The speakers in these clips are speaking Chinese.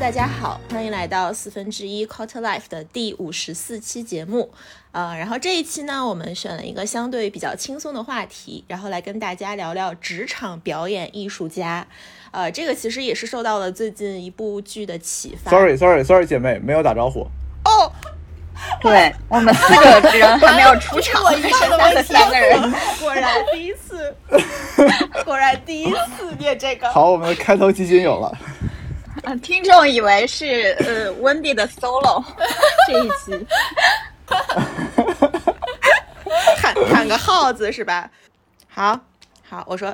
大家好，欢迎来到1/4 Quarter Life 的第54期节目。然后这一期呢，我们选了一个相对比较轻松的话题，然后来跟大家聊聊职场表演艺术家。这个其实也是受到了最近一部剧的启发。 Sorry， 姐妹，没有打招呼。 哦，对，我们4个人还没有出场， 我剩下的3个人， 果然第一次念这个。 好，我们的开头基金有了。 听众以为是Wendy 的 solo 这一期， 喊个号子是吧？好，我说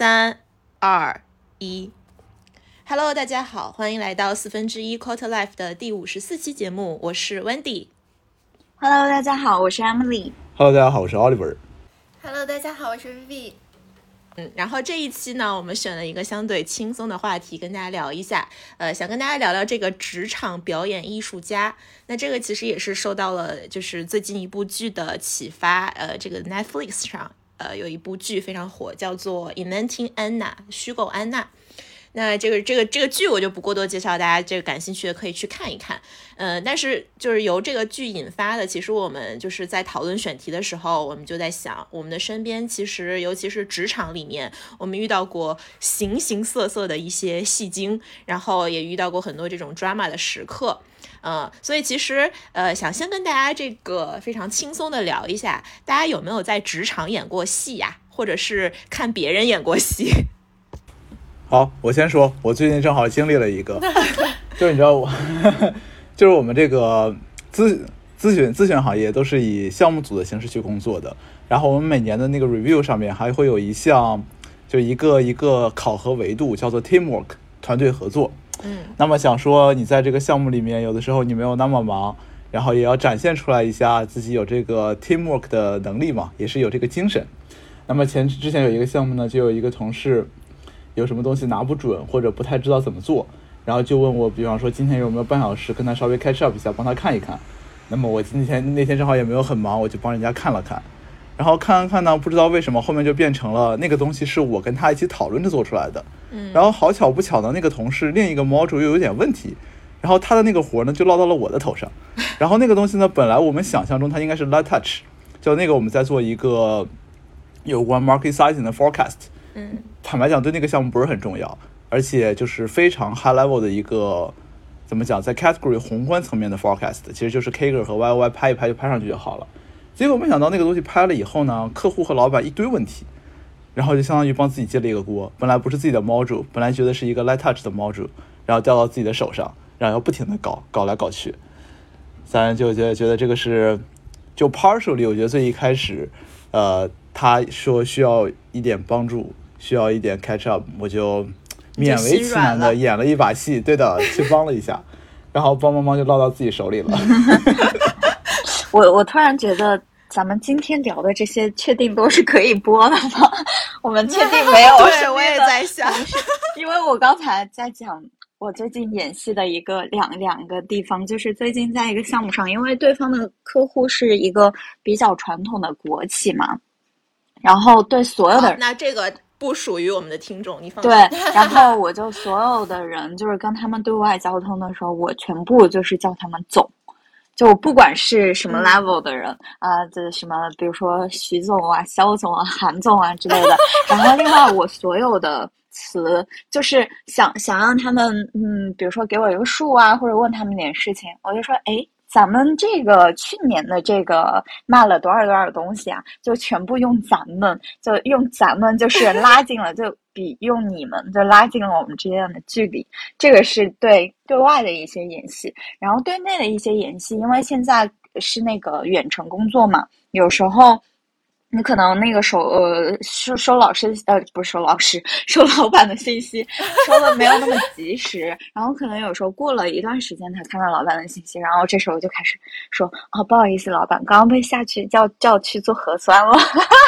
3、2、1。Hello， 大家好，欢迎来到1/4 Quarter Life 的第54期节目，我是 Wendy。Hello， 大家好，我是 Emily。Hello， 大家好，我是 Oliver。Hello， 大家好，我是 Vivi。 然后这一期呢，我们选了一个相对轻松的话题跟大家聊一下，想跟大家聊聊这个职场表演艺术家。那这个其实也是受到了就是最近一部剧的启发，这个 Netflix 上有一部剧非常火，叫做 Inventing Anna 虚构安娜。那这个剧我就不过多介绍，大家这个感兴趣的可以去看一看。但是就是由这个剧引发的，其实我们就是在讨论选题的时候，我们就在想，我们的身边其实尤其是职场里面，我们遇到过形形色色的一些戏精，然后也遇到过很多这种 drama 的时刻。所以其实想先跟大家这个非常轻松的聊一下，大家有没有在职场演过戏呀，或者是看别人演过戏？ 好，我先说，我最近正好经历了一个，就是你知道我，就是我们这个咨询行业都是以项目组的形式去工作的，然后我们每年的那个 review 上面还会有一项，就一个考核维度叫做 teamwork 团队合作。那么想说你在这个项目里面，有的时候你没有那么忙，然后也要展现出来一下自己有这个 teamwork 的能力嘛，也是有这个精神。那么之前有一个项目呢，就有一个同事有什么东西拿不准或者不太知道怎么做，然后就问我，比方说今天有没有半小时跟他稍微 catch up 一下，帮他看一看。那么我那天正好也没有很忙，我就帮人家看了看，然后看呢，不知道为什么后面就变成了那个东西是我跟他一起讨论着做出来的。然后好巧不巧的，那个同事另一个 module 又有点问题，然后他的那个活呢就落到了我的头上。然后那个东西呢，本来我们想象中它应该是 light touch， 就那个我们在做一个有关 market sizing 的 forecast。坦白讲对那个项目不是很重要，而且就是非常 high level 的一个怎么讲，在 category 宏观层面的 forecast， 其实就是 Kager 和 YOY 拍一拍就拍上去就好了。结果没想到那个东西拍了以后呢，客户和老板一堆问题，然后就相当于帮自己接了一个锅，本来不是自己的 module， 本来觉得是一个 light touch 的 module， 然后掉到自己的手上，然后要不停的搞来搞去。咱就觉得这个是就 partially 我觉得最一开始他说需要一点帮助，需要一点 catch up， 我就勉为其难的演了一把戏，对的，去帮了一下，然后帮就落到自己手里了。 我突然觉得咱们今天聊的这些确定都是可以播的吗？我们确定没有？ 对，我也在想， 因为我刚才在讲我最近演戏的两个地方，就是最近在一个项目上，因为对方的客户是一个比较传统的国企嘛，然后对所有的那这个不属于我们的听众，你放心。 对，然后我就所有的人就是跟他们对外交通的时候，我全部就是叫他们总，就不管是什么 level 的人这什么比如说徐总啊、肖总啊、韩总啊之类的，然后另外我所有的词就是想让他们比如说给我一个数啊，或者问他们点事情，我就说咱们这个去年的这个卖了多少东西啊，就全部用咱们，就用咱们就是拉近了，就比用你们就拉近了我们之间的距离。这个是对外的一些演戏，然后对内的一些演戏，因为现在是那个远程工作嘛，有时候你可能那个收老师不是收老师，收老板的信息收的没有那么及时，然后可能有时候过了一段时间才看到老板的信息，然后这时候就开始说不好意思老板，刚刚被下去叫去做核酸了。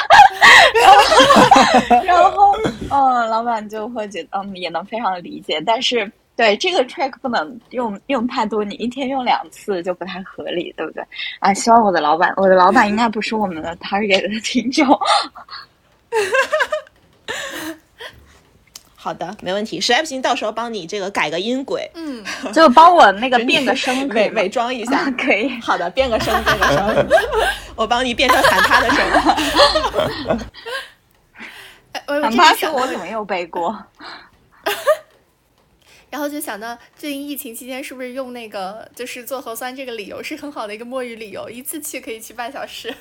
然后老板就会觉得也能非常的理解，但是对这个 trick 不能用太多，你一天用2次就不太合理，对不对啊？希望我的老板应该不是我们的 target 的听众。 好的，没问题。实在不行，到时候帮你这个改个音轨， 就帮我那个变个声， 伪装一下， 可以。 好的，变个声，我帮你变成喊他的声。 喊他声我怎么又背过？ 然后就想到最近疫情期间是不是用那个就是做核酸这个理由是很好的一个摸鱼理由，一次去可以去半小时。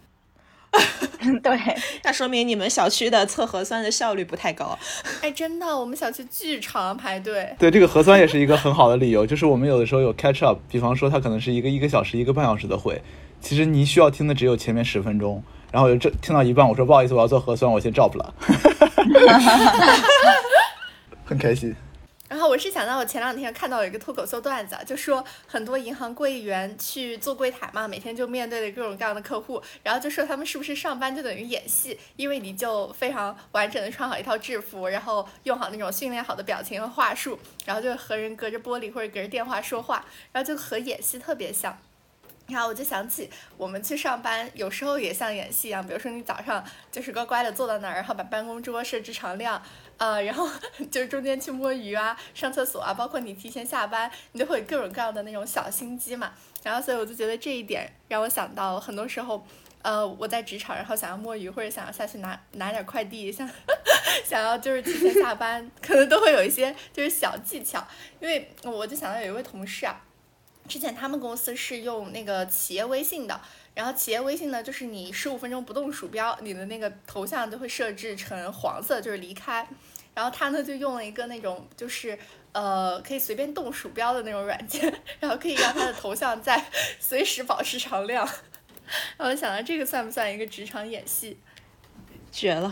对， 那说明你们小区的测核酸的效率不太高。 哎，真的，我们小区巨长排队。 对，这个核酸也是一个很好的理由，就是我们有的时候有 catch up， 比方说它可能是一个小时、1个半小时的会，其实你需要听的只有前面10分钟，然后就听到一半，我说不好意思，我要做核酸，我先 drop 了，很开心。 然后我是想到我前2天看到有一个脱口秀段子，就说很多银行柜员去做柜台嘛，每天就面对着各种各样的客户，然后就说他们是不是上班就等于演戏，因为你就非常完整的穿好一套制服，然后用好那种训练好的表情和话术，然后就和人隔着玻璃或者隔着电话说话，然后就和演戏特别像。然后我就想起我们去上班有时候也像演戏一样，比如说你早上就是乖乖的坐到那儿，然后把办公桌设置常亮，然后就是中间去摸鱼啊、上厕所啊，包括你提前下班，你都会有各种各样的那种小心机嘛。然后所以我就觉得这一点让我想到很多时候我在职场，然后想要摸鱼或者想要下去拿点快递，想要就是提前下班，可能都会有一些就是小技巧。因为我就想到有一位同事啊，之前他们公司是用那个企业微信的，然后企业微信呢，就是你15分钟不动鼠标，你的那个头像就会设置成黄色，就是离开。然后他呢就用了一个那种就是可以随便动鼠标的那种软件，然后可以让他的头像在随时保持常亮。然后我想到这个算不算一个职场演戏？ 绝了！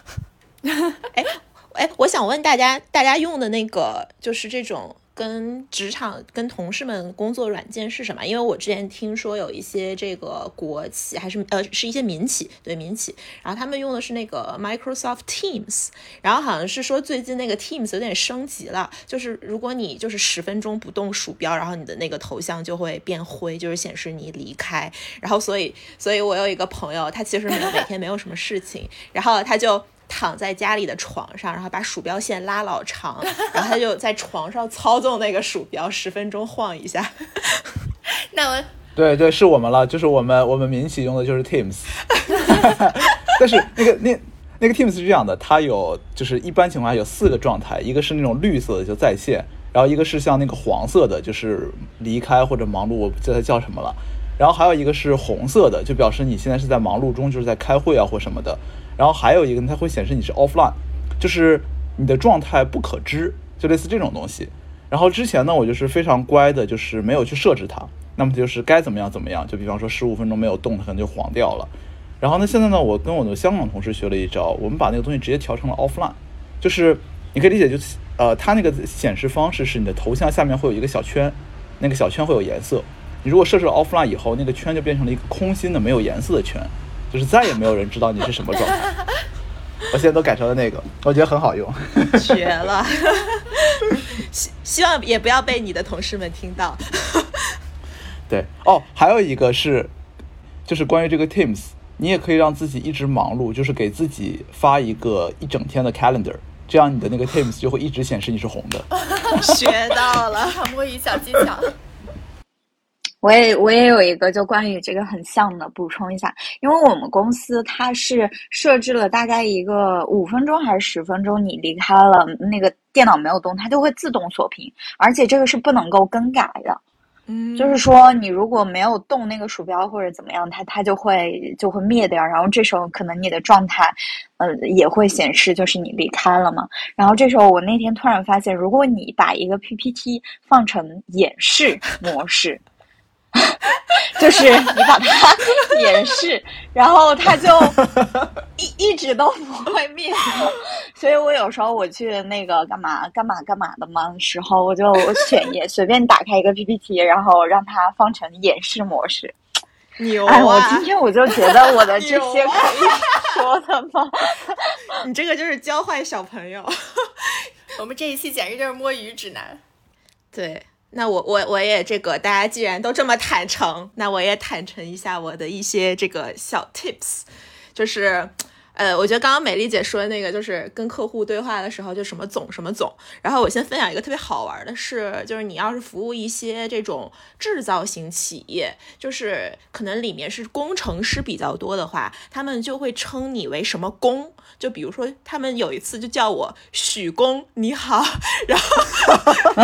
哎，我想问大家用的那个就是这种跟职场跟同事们工作软件是什么？因为我之前听说有一些这个国企还是是一些民企，对民企，然后他们用的是那个 Microsoft Teams， 然后好像是说最近那个 Teams 有点升级了，就是如果你就是10分钟不动鼠标，然后你的那个头像就会变灰，就是显示你离开。然后所以我有一个朋友，他其实每天没有什么事情，然后他就躺在家里的床上，然后把鼠标线拉老长，然后他就在床上操纵那个鼠标10分钟晃一下。 那我对，是我们了，就是我们民企用的就是 Teams。但是那个 Teams 是这样的，它有就是一般情况下有4个状态，一个是那种绿色的就在线，然后一个是像那个黄色的，就是离开或者忙碌，我不记得它叫什么了，然后还有一个是红色的，就表示你现在是在忙碌中，就是在开会啊或什么的。然后还有一个它会显示你是 offline， 就是你的状态不可知，就类似这种东西。然后之前呢我就是非常乖的，就是没有去设置它，那么就是该怎么样怎么样，就比方说15分钟没有动它可能就黄掉了。然后呢现在呢我跟我的香港同事学了一招，我们把那个东西直接调成了 offline， 就是你可以理解就是它那个显示方式是你的头像下面会有一个小圈，那个小圈会有颜色，你如果设置了 offline 以后，那个圈就变成了一个空心的没有颜色的圈，就是再也没有人知道你是什么状态。我现在都改成了那个，我觉得很好用。 绝了。希望也不要被你的同事们听到。 对哦，还有一个是就是关于这个 Teams， 你也可以让自己一直忙碌，就是给自己发一个1整天的 calendar， 这样你的那个 Teams 就会一直显示你是红的。 学到了， 摸鱼小技巧。 我也有一个就关于这个很像的补充一下，因为我们公司它是设置了大概一个5分钟还是10分钟，你离开了那个电脑没有动，它就会自动锁屏，而且这个是不能够更改的。就是说你如果没有动那个鼠标或者怎么样，它就会灭掉，然后这时候可能你的状态也会显示就是你离开了嘛。然后这时候我那天突然发现，如果你把一个 PPT 放成演示模式，就是你把它演示，然后它就一直都不会灭掉。所以我有时候我去那个干嘛的嘛时候，我就选也随便打开一个 PPT， 然后让它放成演示模式。 牛啊！ 哎，我今天我就觉得我的这些可以说的吗？ 你这个就是教坏小朋友。 我们这一期简直就是摸鱼指南。 对。那我也这个，大家既然都这么坦诚，那我也坦诚一下我的一些这个小 tips， 就是我觉得刚刚美丽姐说的那个就是跟客户对话的时候就什么总什么总，然后我先分享一个特别好玩的是，就是你要是服务一些这种制造型企业，就是可能里面是工程师比较多的话，他们就会称你为什么工，就比如说他们有一次就叫我许工你好，然后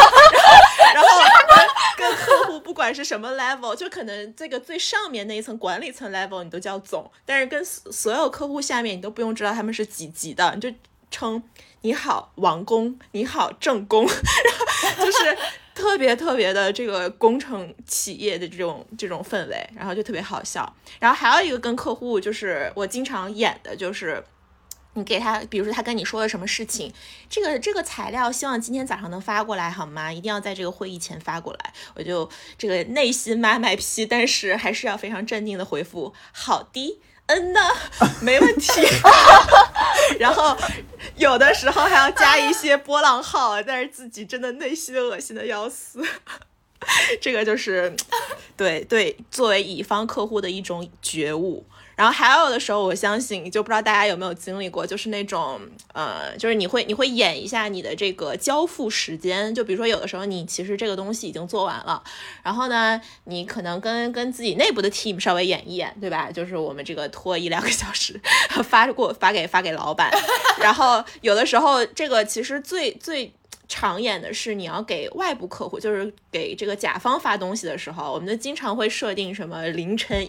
跟客户不管是什么 level， 就可能这个最上面那一层管理层 level 你都叫总，但是跟所有客户下面你都不用知道他们是几级的，你就称你好王工，你好正工，就是特别特别的这个工程企业的这种氛围，然后就特别好笑。然后还有一个跟客户就是我经常演的就是你给他，比如说他跟你说了什么事情，这个材料希望今天早上能发过来好吗？一定要在这个会议前发过来。我就这个内心妈卖批，但是还是要非常镇定的回复好的，呢，没问题。然后有的时候还要加一些波浪号，但是自己真的内心恶心的要死。这个就是对，作为乙方客户的一种觉悟。然后还有的时候，我相信就不知道大家有没有经历过，就是那种就是你会演一下你的这个交付时间，就比如说有的时候你其实这个东西已经做完了，然后呢，你可能跟自己内部的 team 稍微演一演，对吧？就是我们这个拖1-2个小时发给老板，然后有的时候这个其实最常演的是你要给外部客户，就是给这个甲方发东西的时候，我们就经常会设定什么凌晨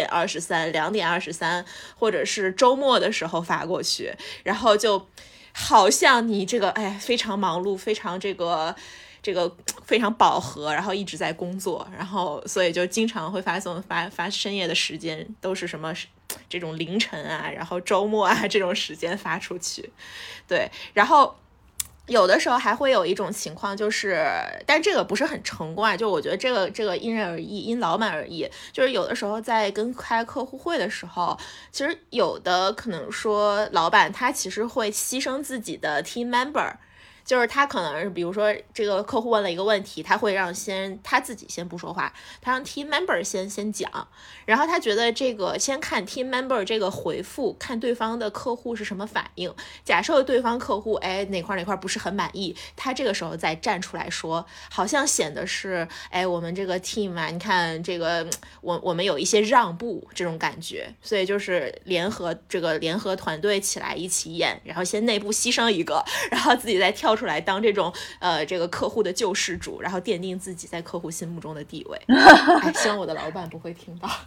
1:23、2:23，或者是周末的时候发过去，然后就好像你这个非常忙碌，非常这个非常饱和，然后一直在工作，然后所以就经常会发深夜的时间，都是什么这种凌晨啊，然后周末啊这种时间发出去，对，然后。有的时候还会有一种情况，就是但这个不是很成功啊，就我觉得这个因人而异，因老板而异，就是有的时候在跟开客户会的时候，其实有的可能说老板他其实会牺牲自己的 team member，就是他可能比如说这个客户问了一个问题，他会让他自己先不说话，他让 team member 先讲，然后他觉得这个先看 team member 这个回复，看对方的客户是什么反应。假设对方客户哪块不是很满意，他这个时候再站出来说，好像显得是我们这个 team 啊，你看这个我们有一些让步这种感觉，所以就是联合团队起来一起演，然后先内部牺牲一个，然后自己再跳出来当这种这个客户的救世主，然后奠定自己在客户心目中的地位。希望我的老板不会听到。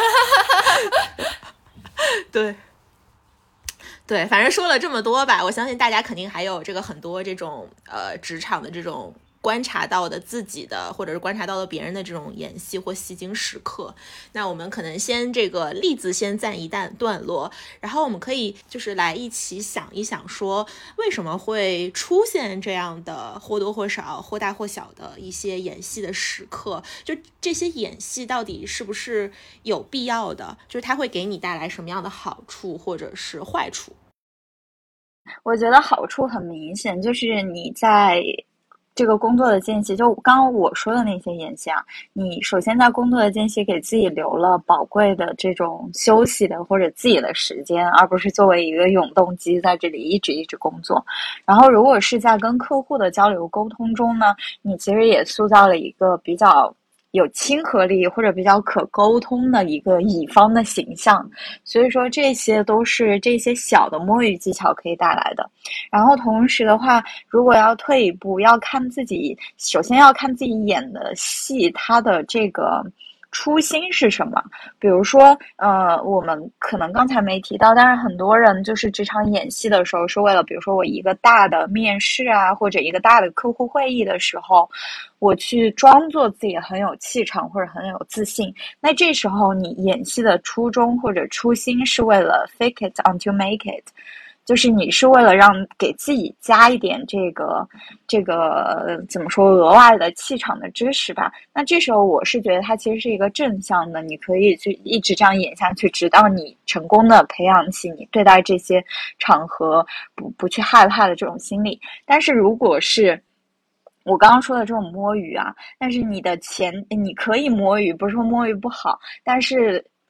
对，反正说了这么多吧，我相信大家肯定还有这个很多这种职场的这种观察到的自己的，或者是观察到的别人的这种演戏或戏精时刻。那我们可能先这个例子先暂一段落，然后我们可以就是来一起想一想，说为什么会出现这样的或多或少、或大或小的一些演戏的时刻？就这些演戏到底是不是有必要的？就是它会给你带来什么样的好处或者是坏处？ 我觉得好处很明显，就是你在这个工作的间隙，就刚刚我说的那些演戏啊，你首先在工作的间隙给自己留了宝贵的这种休息的或者自己的时间，而不是作为一个永动机在这里一直工作。然后如果是在跟客户的交流沟通中呢，你其实也塑造了一个比较有亲和力或者比较可沟通的一个乙方的形象，所以说这些都是这些小的摸鱼技巧可以带来的。然后同时的话，如果要退一步，首先要看自己演的戏它的这个初心是什么。比如说我们可能刚才没提到，但是很多人就是职场演戏的时候是为了，比如说我一个大的面试啊，或者一个大的客户会议的时候，我去装作自己很有气场或者很有自信，那这时候你演戏的初衷或者初心是为了 fake it until make it，就是你是为了让给自己加一点这个怎么说额外的气场的支持吧。那这时候我是觉得它其实是一个正向的，你可以去一直这样演下去，直到你成功的培养起你对待这些场合不去害怕的这种心理。但是如果是我刚刚说的这种摸鱼啊，但是你可以摸鱼，不是说摸鱼不好，但是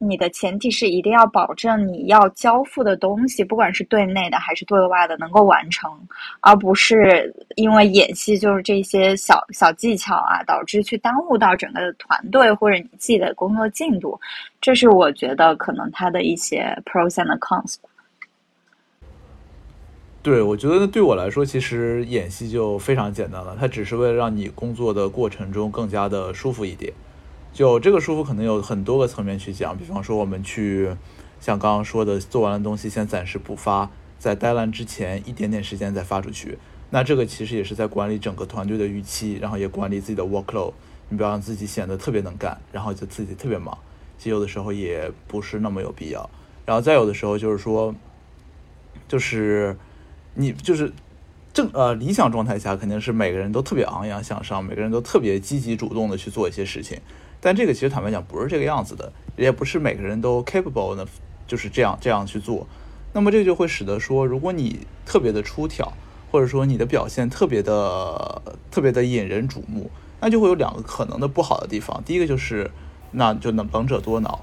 你的前提是一定要保证你要交付的东西，不管是对内的还是对外的，能够完成，而不是因为演戏就是这些小技巧啊，导致去耽误到整个团队或者你自己的工作进度。这是我觉得可能它的一些 pros and cons。 对，我觉得对我来说，其实演戏就非常简单了，它只是为了让你工作的过程中更加的舒服一点。就这个舒服可能有很多个层面去讲，比方说我们去像刚刚说的，做完了东西先暂时不发，在 deadline 之前一点点时间再发出去。那这个其实也是在管理整个团队的预期，然后也管理自己的 workload， 你不要让自己显得特别能干，然后就自己特别忙，其实有的时候也不是那么有必要。然后再有的时候就是说，就是你就是理想状态下肯定是每个人都特别昂扬向上，每个人都特别积极主动的去做一些事情，但这个其实坦白讲不是这个样子的，也不是每个人都 capable 的就是这样去做。那么这个就会使得说，如果你特别的出挑，或者说你的表现特别的引人瞩目，那就会有两个可能的不好的地方。第一个就是那就能者多劳，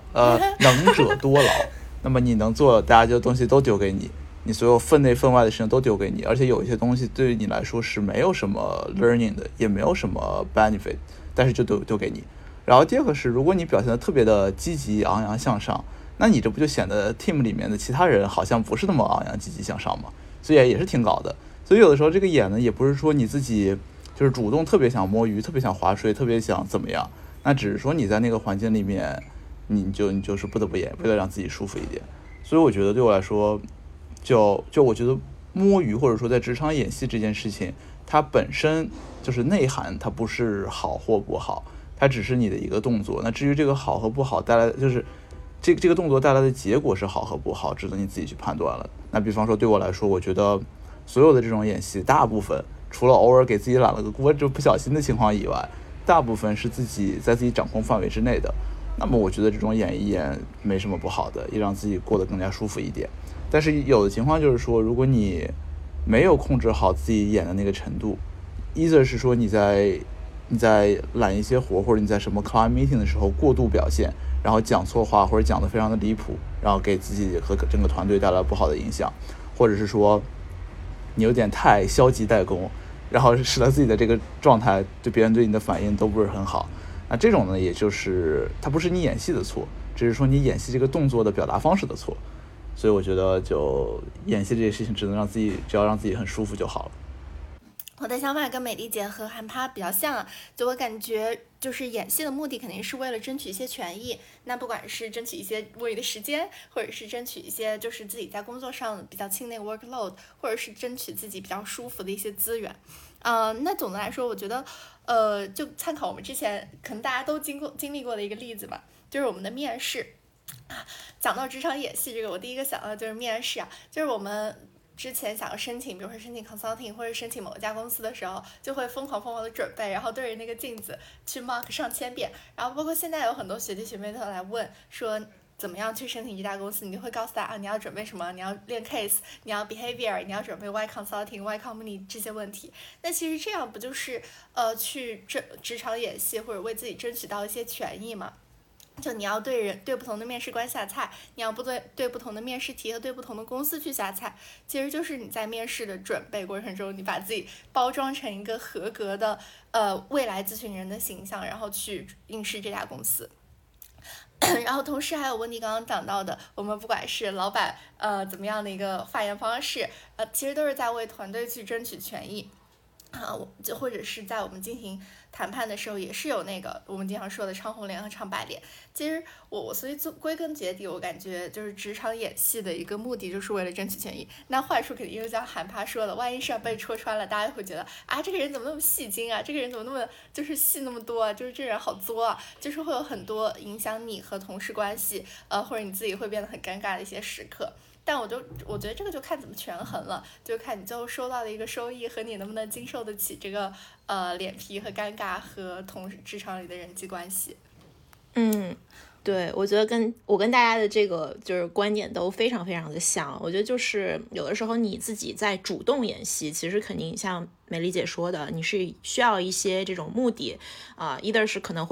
那么你能做大家这东西都丢给你，你所有分内分外的事情都丢给你，而且有一些东西对于你来说是没有什么 learning 的，也没有什么 benefit， 但是就丢给你。然后第二个是，如果你表现得特别的积极昂扬向上，那你这不就显得 team 里面的其他人好像不是那么昂扬积极向上吗？所以也是挺搞的。所以有的时候这个演呢，也不是说你自己就是主动特别想摸鱼，特别想划水，特别想怎么样，那只是说你在那个环境里面，你就是不得不演，为了让自己舒服一点。所以我觉得对我来说，就我觉得摸鱼或者说在职场演戏这件事情，它本身就是内涵，它不是好或不好，它只是你的一个动作。那至于这个好和不好带来的，就是这个动作带来的结果是好和不好，值得你自己去判断了。那比方说对我来说，我觉得所有的这种演戏，大部分除了偶尔给自己揽了个锅就不小心的情况以外，大部分是自己在自己掌控范围之内的。那么我觉得这种演一演没什么不好的，也让自己过得更加舒服一点。但是有的情况就是说，如果你没有控制好自己演的那个程度，either是说你在揽一些活，或者你在什么 client meeting 的时候过度表现，然后讲错话或者讲得非常的离谱，然后给自己和整个团队带来不好的影响，或者是说你有点太消极怠工，然后使得自己的这个状态对别人对你的反应都不是很好。那这种呢，也就是它不是你演戏的错，只是说你演戏这个动作的表达方式的错。所以我觉得就演戏这件事情只要让自己很舒服就好了。 我的想法跟美丽姐和韩趴比较像，就我感觉就是演戏的目的肯定是为了争取一些权益，那不管是争取一些摸鱼的时间，或者是争取一些就是自己在工作上比较轻的 workload， 或者是争取自己比较舒服的一些资源。那总的来说我觉得就参考我们之前可能大家都经历过的一个例子吧，就是我们的面试。讲到职场演戏这个，我第一个想到就是面试啊，就是我们之前想要申请，比如说申请 consulting 或者申请某一家公司的时候，就会疯狂的准备，然后对着那个镜子去 mock 上千遍，然后包括现在有很多学弟学妹都来问说怎么样去申请这家公司，你就会告诉他你要准备什么，你要练 case， 你要 behavior， 你要准备 why consulting， why company 这些问题。那其实这样不就是去职场演戏或者为自己争取到一些权益吗？就你要对不同的面试官下菜，你要对不同的面试题和对不同的公司去下菜，其实就是你在面试的准备过程中，你把自己包装成一个合格的未来咨询人的形象，然后去应试这家公司。然后同时还有温迪刚刚讲到的，我们不管是老板怎么样的一个发言方式，其实都是在为团队去争取权益。就或者是在我们进行谈判的时候，也是有那个我们经常说的唱红脸和唱白脸。其实所以归根结底，我感觉就是职场演戏的一个目的就是为了争取权益。那坏处肯定又像韩趴说的，万一是要被戳穿了，大家会觉得这个人怎么那么戏精啊，这个人怎么那么就是戏那么多啊，就是这人好作啊，就是会有很多影响你和同事关系或者你自己会变得很尴尬的一些时刻。但我觉得这个就看怎么权衡了，就看你最后收到的一个收益和你能不能经受得起这个脸皮和尴尬和职场里的人际关系。 对，我觉得我跟大家的这个就是观点都非常非常的像。我觉得就是有的时候你自己在主动演戏，其实肯定像美丽姐说的，你是需要一些这种目的either是可能会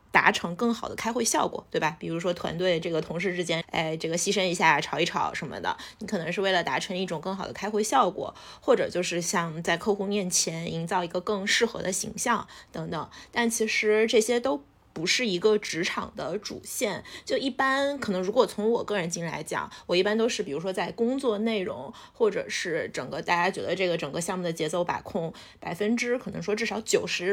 达成更好的开会效果，对吧？比如说团队这个同事之间，这个牺牲一下，吵一吵什么的，你可能是为了达成一种更好的开会效果，或者就是像在客户面前营造一个更适合的形象等等。但其实这些都不是一个职场的主线，就一般可能如果从我个人经历来讲，我一般都是比如说在工作内容或者是整个大家觉得这个整个项目的节奏把控可能说至少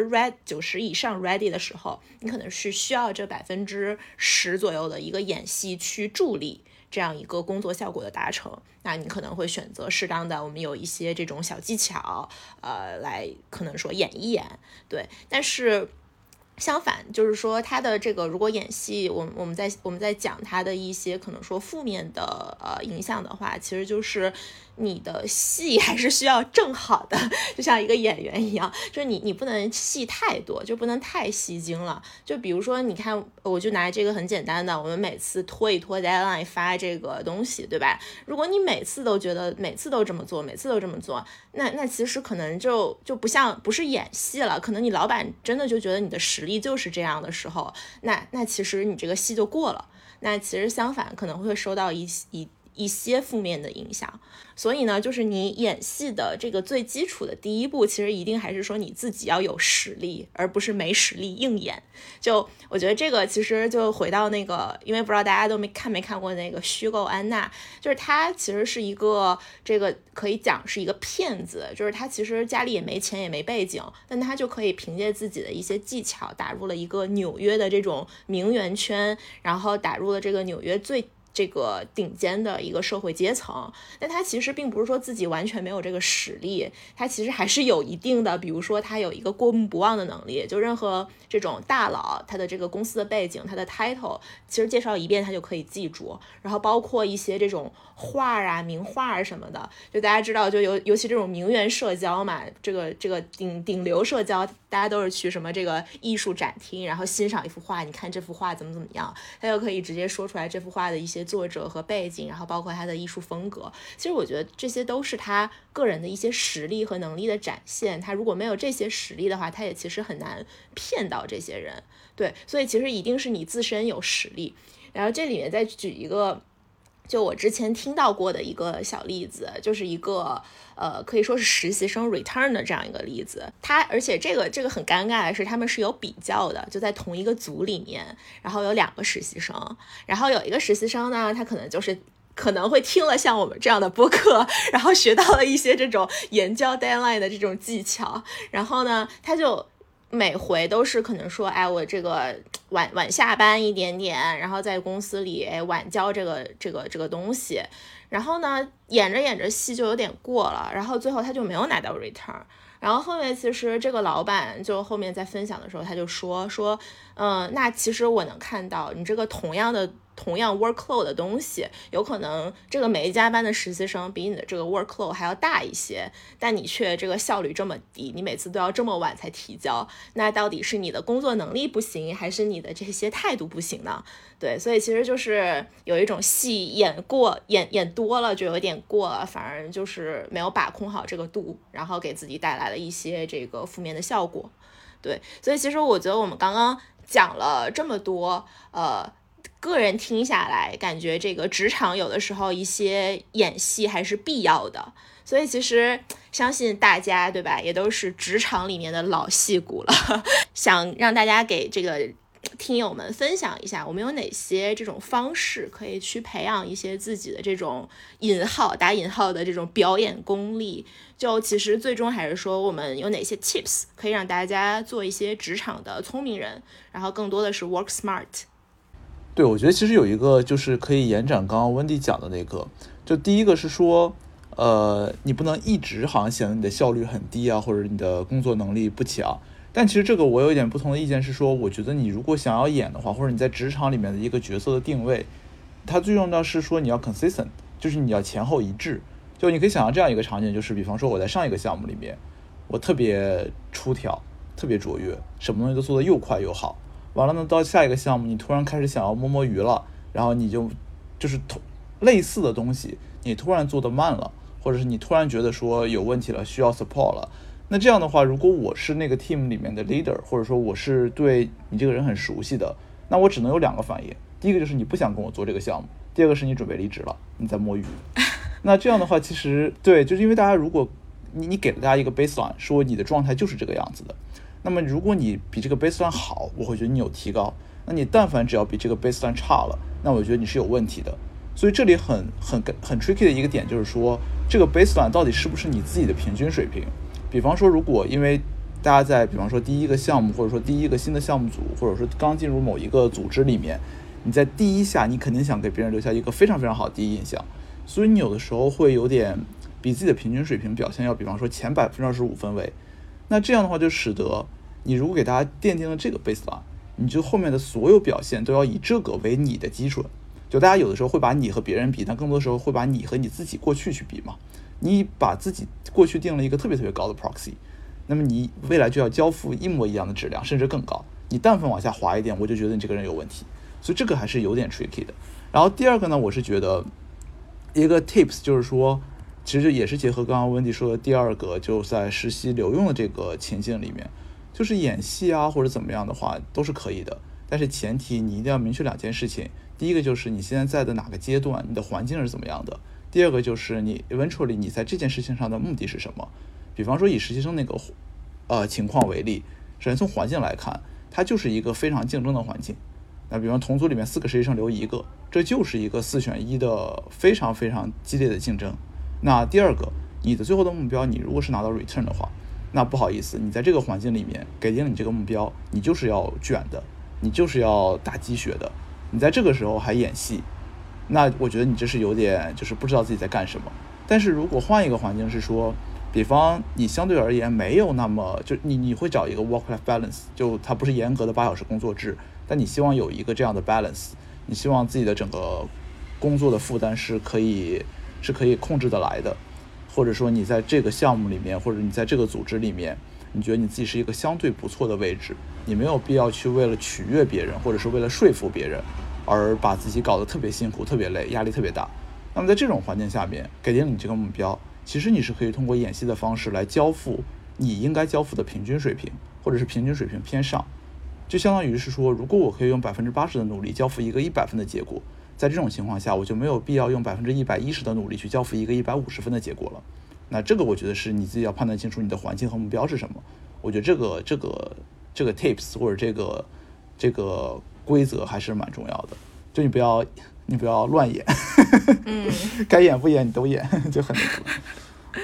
90以上 ready 的时候，你可能是需要这10%左右的一个演戏去助力这样一个工作效果的达成。那你可能会选择适当的，我们有一些这种小技巧来可能说演一演，对。但是相反，就是说他的这个如果演戏，我们在讲他的一些可能说负面的影响的话，其实就是你的戏还是需要正好的，就像一个演员一样，就是你不能戏太多，就不能太吸睛了。就比如说你看，我就拿这个很简单的，我们每次拖一拖 deadline 发这个东西，对吧？如果你每次都觉得每次都这么做，那其实可能就不是演戏了，可能你老板真的就觉得你的实力就是这样的时候，那其实你这个戏就过了。那其实相反可能会受到一些负面的影响。所以呢，就是你演戏的这个最基础的第一步，其实一定还是说你自己要有实力，而不是没实力硬演。就我觉得这个其实就回到那个，因为不知道大家都没看过那个虚构安娜，就是她其实是一个这个可以讲是一个骗子，就是她其实家里也没钱也没背景，但她就可以凭借自己的一些技巧打入了一个纽约的这种名媛圈，然后打入了这个纽约这个顶尖的一个社会阶层。但他其实并不是说自己完全没有这个实力，他其实还是有一定的，比如说他有一个过目不忘的能力，就任何这种大佬他的这个公司的背景，他的 title 其实介绍一遍他就可以记住，然后包括一些这种画啊名画什么的，就大家知道，就尤其这种名媛社交嘛，这个顶流社交，大家都是去什么这个艺术展厅，然后欣赏一幅画，你看这幅画怎么样，他就可以直接说出来这幅画的一些作者和背景，然后包括他的艺术风格。其实我觉得这些都是他个人的一些实力和能力的展现，他如果没有这些实力的话，他也其实很难骗到这些人。对，所以其实一定是你自身有实力。然后这里面再举一个就我之前听到过的一个小例子，就是一个可以说是实习生 return 的这样一个例子。而且这个很尴尬的是，他们是有比较的，就在同一个组里面，然后有2个实习生，然后有一个实习生呢，他可能会听了像我们这样的播客，然后学到了一些这种研究 deadline 的这种技巧，然后呢，他就每回都是可能说，我这个晚下班一点点，然后在公司里晚交这个东西，然后呢演着戏就有点过了，然后最后他就没有拿到 return。然后后面其实这个老板就后面在分享的时候，他就说那其实我能看到你这个同样 workload 的东西，有可能这个没加班的实习生比你的这个 workload 还要大一些，但你却这个效率这么低，你每次都要这么晚才提交，那到底是你的工作能力不行，还是你的这些态度不行呢？对，所以其实就是有一种戏演多了就有点过了，反而就是没有把控好这个度，然后给自己带来了一些这个负面的效果。对，所以其实我觉得我们刚刚讲了这么多，个人听下来感觉这个职场有的时候一些演戏还是必要的，所以其实相信大家对吧，也都是职场里面的老戏骨了想让大家给这个听友们分享一下，我们有哪些这种方式可以去培养一些自己的这种打引号的这种表演功力，就其实最终还是说我们有哪些 tips 可以让大家做一些职场的聪明人，然后更多的是 work smart。 对，我觉得其实有一个就是可以延展刚刚温迪讲的那个，就第一个是说你不能一直好像显得你的效率很低啊，或者你的工作能力不强。但其实这个我有一点不同的意见是说，我觉得你如果想要演的话，或者你在职场里面的一个角色的定位，它最重要的是说你要 consistent， 就是你要前后一致。就你可以想象这样一个场景，就是比方说我在上一个项目里面，我特别出挑，特别卓越，什么东西都做得又快又好，完了呢到下一个项目你突然开始想要摸鱼了，然后你就是类似的东西你突然做得慢了，或者是你突然觉得说有问题了需要 support 了， 那这样的话，如果我是那个 team 里面的 leader， 或者说我是对你这个人很熟悉的，那我只能有2个反应。第一个就是你不想跟我做这个项目，第二个是你准备离职了，你在摸鱼。那这样的话，其实对，就是因为大家如果你给了大家一个 baseline， 说你的状态就是这个样子的，那么如果你比这个 baseline 好，我会觉得你有提高。那你但凡只要比这个 baseline 差了，那我觉得你是有问题的。所以这里很 tricky 的一个点就是说，这个 baseline 到底是不是你自己的平均水平？比方说，如果因为大家在比方说第一个项目，或者说第一个新的项目组，或者说刚进入某一个组织里面，你在第一下你肯定想给别人留下一个非常非常好的第一印象，所以你有的时候会有点比自己的平均水平表现要比方说前25%分位。那这样的话就使得你如果给大家奠定了这个 baseline， 你就后面的所有表现都要以这个为你的基准。就大家有的时候会把你和别人比，但更多时候会把你和你自己过去去比嘛。你把自己过去定了一个特别特别高的 proxy， 那么你未来就要交付一模一样的质量，甚至更高。你但凡往下滑一点，我就觉得你这个人有问题。所以这个还是有点 tricky 的。然后第二个呢，我是觉得一个 tips 就是说，其实也是结合刚刚温迪说的第二个，就在实习留用的这个情境里面，就是演戏啊或者怎么样的话都是可以的，但是前提你一定要明确2件事情。第一个就是你现在在的哪个阶段，你的环境是怎么样的。第二个就是你 eventually 你在这件事情上的目的是什么。比方说以实习生那个情况为例，首先从环境来看，它就是一个非常竞争的环境。那比方同组里面4个实习生留1个，这就是一个4选1的非常非常激烈的竞争。那第二个，你的最后的目标，你如果是拿到 return 的话，那不好意思，你在这个环境里面给定了你这个目标，你就是要卷的，你就是要打鸡血的。你在这个时候还演戏，那我觉得你这是有点就是不知道自己在干什么。但是如果换一个环境是说，比方你相对而言没有那么就你会找一个 work-life balance， 就它不是严格的8小时工作制，但你希望有一个这样的 balance， 你希望自己的整个工作的负担是可以控制得来的，或者说你在这个项目里面，或者你在这个组织里面，你觉得你自己是一个相对不错的位置，你没有必要去为了取悦别人，或者是为了说服别人而把自己搞得特别辛苦、特别累、压力特别大。那么在这种环境下面，给定你这个目标，其实你是可以通过演戏的方式来交付你应该交付的平均水平，或者是平均水平偏上。就相当于是说，如果我可以用80%的努力交付一个100分的结果，在这种情况下，我就没有必要用110%的努力去交付一个150分的结果了。那这个我觉得是你自己要判断清楚你的环境和目标是什么。我觉得这个 tips 或者这个规则还是蛮重要的。就你不要乱演，该演不演你都演，就很那个。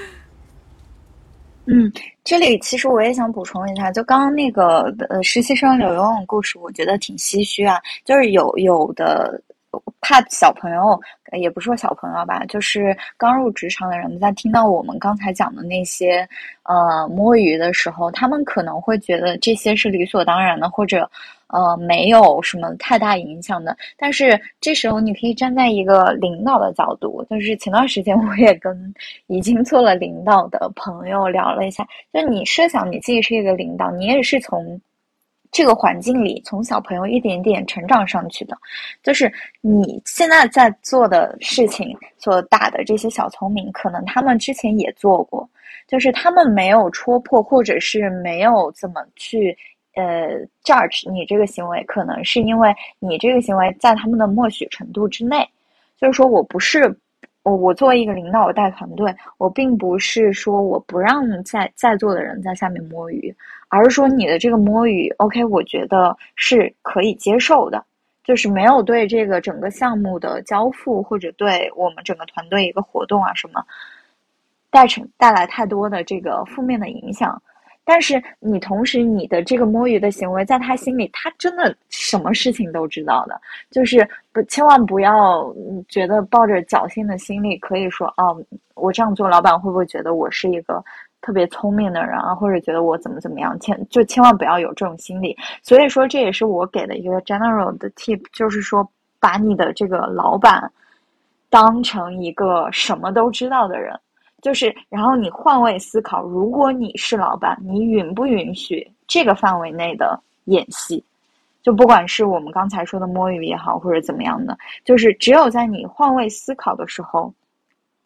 这里其实我也想补充一下，就刚刚那个实习生留用的故事，我觉得挺唏嘘啊。就是有的怕小朋友，也不是说小朋友吧，就是刚入职场的人，在听到我们刚才讲的那些摸鱼的时候，他们可能会觉得这些是理所当然的，或者没有什么太大影响的。但是这时候你可以站在一个领导的角度，就是前段时间我也跟已经做了领导的朋友聊了一下，就你设想你自己是一个领导，你也是从这个环境里从小朋友一点点成长上去的，就是你现在在做的事情所打的这些小聪明，可能他们之前也做过，就是他们没有戳破，或者是没有怎么去judge 你这个行为，可能是因为你这个行为在他们的默许程度之内。就是说我作为一个领导，我带团队，我并不是说我不让在座的人在下面摸鱼，而是说你的这个摸鱼 OK 我觉得是可以接受的，就是没有对这个整个项目的交付，或者对我们整个团队一个活动啊什么带来太多的这个负面的影响。但是你同时你的这个摸鱼的行为在他心里，他真的什么事情都知道的，就是千万不要觉得抱着侥幸的心理可以说我这样做老板会不会觉得我是一个特别聪明的人啊，或者觉得我怎么样，千万不要有这种心理。所以说这也是我给的一个 general 的 tip， 就是说把你的这个老板当成一个什么都知道的人，就是然后你换位思考，如果你是老板，你允不允许这个范围内的演戏？就不管是我们刚才说的摸鱼也好，或者怎么样的，就是只有在你换位思考的时候，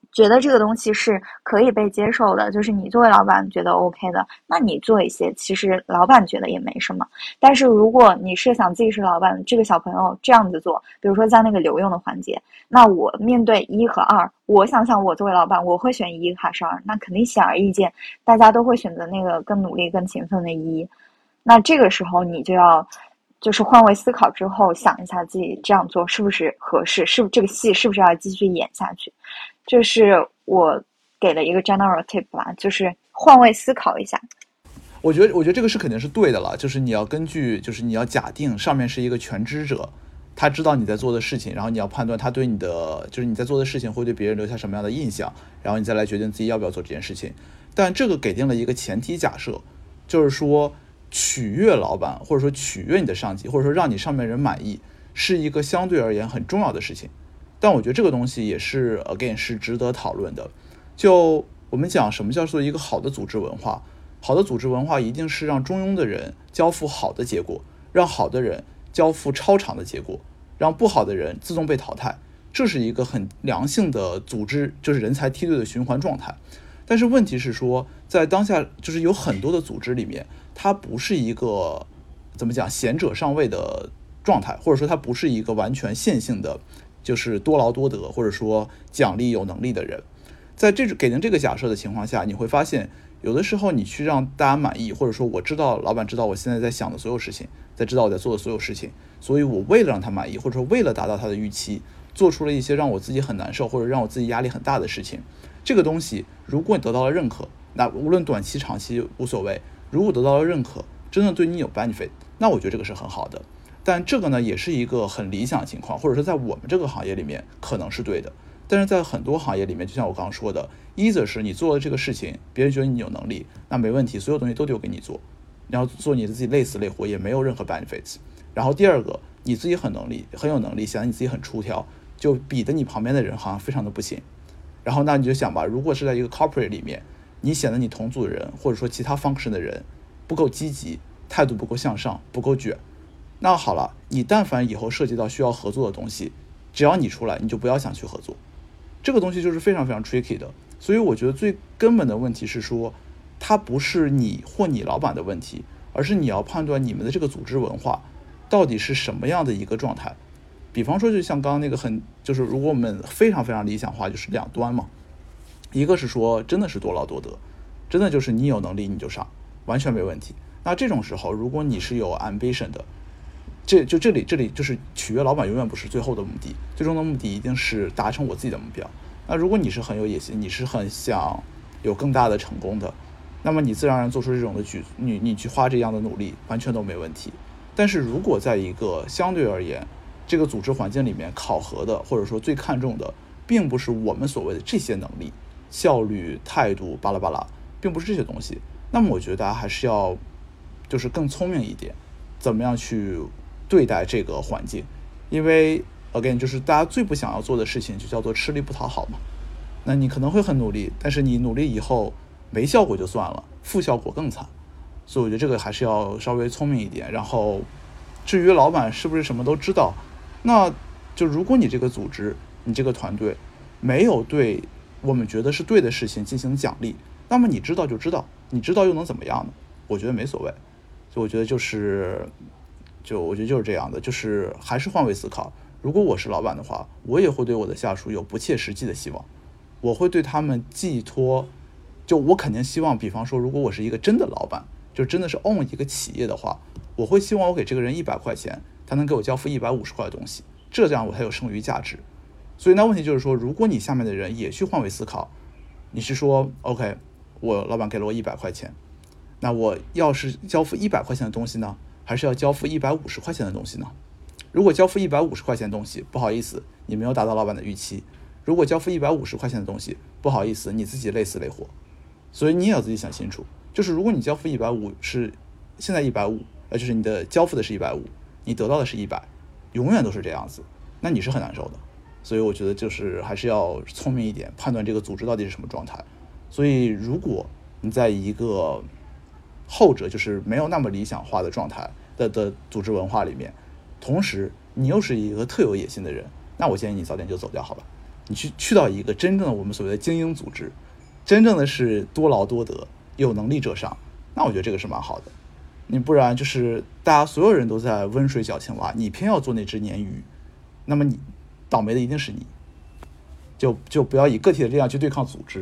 觉得这个东西是可以被接受的，就是你作为老板觉得 OK 的，那你做一些其实老板觉得也没什么。但是如果你设想自己是老板，这个小朋友这样子做，比如说在那个留用的环节，那我面对1和2，我想想我作为老板我会选1还是2，那肯定显而易见大家都会选择那个更努力更勤奋的1。那这个时候你就要就是换位思考之后想一下自己这样做是不是合适，是不是这个戏是不是要继续演下去。这是我给了一个 general tip 吧，就是换位思考一下。 我觉得这个是肯定是对的了，就是你要根据，就是你要假定上面是一个全知者，他知道你在做的事情，然后你要判断他对你的，就是你在做的事情会对别人留下什么样的印象，然后你再来决定自己要不要做这件事情。但这个给定了一个前提假设，就是说取悦老板，或者说取悦你的上级，或者说让你上面人满意，是一个相对而言很重要的事情。但我觉得这个东西也是 again 是值得讨论的。就我们讲什么叫做一个好的组织文化，好的组织文化一定是让中庸的人交付好的结果，让好的人交付超常的结果，让不好的人自动被淘汰。这是一个很良性的组织，就是人才梯队的循环状态。但是问题是说，在当下就是有很多的组织里面，它不是一个怎么讲贤者上位的状态，或者说它不是一个完全线性的就是多劳多得，或者说奖励有能力的人。在给定这个假设的情况下，你会发现有的时候你去让大家满意，或者说我知道老板知道我现在在想的所有事情，在知道我在做的所有事情，所以我为了让他满意，或者说为了达到他的预期，做出了一些让我自己很难受或者让我自己压力很大的事情。这个东西如果你得到了认可，那无论短期长期无所谓，如果得到了认可，真的对你有 benefit， 那我觉得这个是很好的。但这个呢也是一个很理想的情况，或者说在我们这个行业里面可能是对的。但是在很多行业里面，就像我刚刚说的，一则是你做的这个事情别人觉得你有能力，那没问题，所有东西都丢给你做，然后做你自己累死累活也没有任何 benefits。 然后第二个，你自己很有能力，显得你自己很出挑，就比得你旁边的人好像非常的不行。然后那你就想吧，如果是在一个 corporate 里面，你显得你同组的人或者说其他 function 的人不够积极，态度不够向上，不够卷，那好了，你但凡以后涉及到需要合作的东西，只要你出来，你就不要想去合作。这个东西就是非常非常 tricky 的。所以我觉得最根本的问题是说，它不是你或你老板的问题，而是你要判断你们的这个组织文化到底是什么样的一个状态。比方说就像刚刚那个就是如果我们非常非常理想化，就是两端嘛，一个是说真的是多劳多得，真的就是你有能力你就上，完全没问题。那这种时候如果你是有 ambition 的，这里就是取悦老板永远不是最后的目的，最终的目的一定是达成我自己的目标。那如果你是很有野心，你是很想有更大的成功的，那么你自然而然做出这种的你去花这样的努力完全都没问题。但是如果在一个相对而言这个组织环境里面考核的，或者说最看重的并不是我们所谓的这些能力、效率、态度巴拉巴拉，并不是这些东西，那么我觉得大家还是要就是更聪明一点，怎么样去对待这个环境。因为 again 就是大家最不想要做的事情就叫做吃力不讨好嘛。那你可能会很努力，但是你努力以后没效果就算了，负效果更惨。所以我觉得这个还是要稍微聪明一点。然后至于老板是不是什么都知道，那就如果你这个组织你这个团队没有对我们觉得是对的事情进行奖励，那么你知道就知道，你知道又能怎么样呢？我觉得没所谓。所以我觉得我觉得就是这样的，就是还是换位思考。如果我是老板的话，我也会对我的下属有不切实际的希望，我会对他们寄托，就我肯定希望，比方说如果我是一个真的老板，就真的是 own 一个企业的话，我会希望我给这个人100块钱，他能给我交付150块的东西，这样我才有剩余价值。所以那问题就是说，如果你下面的人也去换位思考，你是说 OK 我老板给了我100块钱，那我要是交付100块钱的东西呢，还是要交付150块钱的东西呢？如果交付150块钱的东西，不好意思，你没有达到老板的预期；如果交付150块钱的东西，不好意思，你自己累死累活。所以你也要自己想清楚，就是如果你交付150是现在150，就是你的交付的是150，你得到的是100，永远都是这样子，那你是很难受的。所以我觉得就是还是要聪明一点，判断这个组织到底是什么状态。所以如果你在一个后者就是没有那么理想化的状态的组织文化里面，同时你又是一个特有野心的人，那我建议你早点就走掉好了。 你去到一个真正的我们所谓的精英组织，真正的是多劳多得，有能力者上，那我觉得这个是蛮好的。你不然就是大家所有人都在温水搅青蛙，你偏要做那只鲶鱼，那么你倒霉的一定是你。就不要以个体的力量去对抗组织。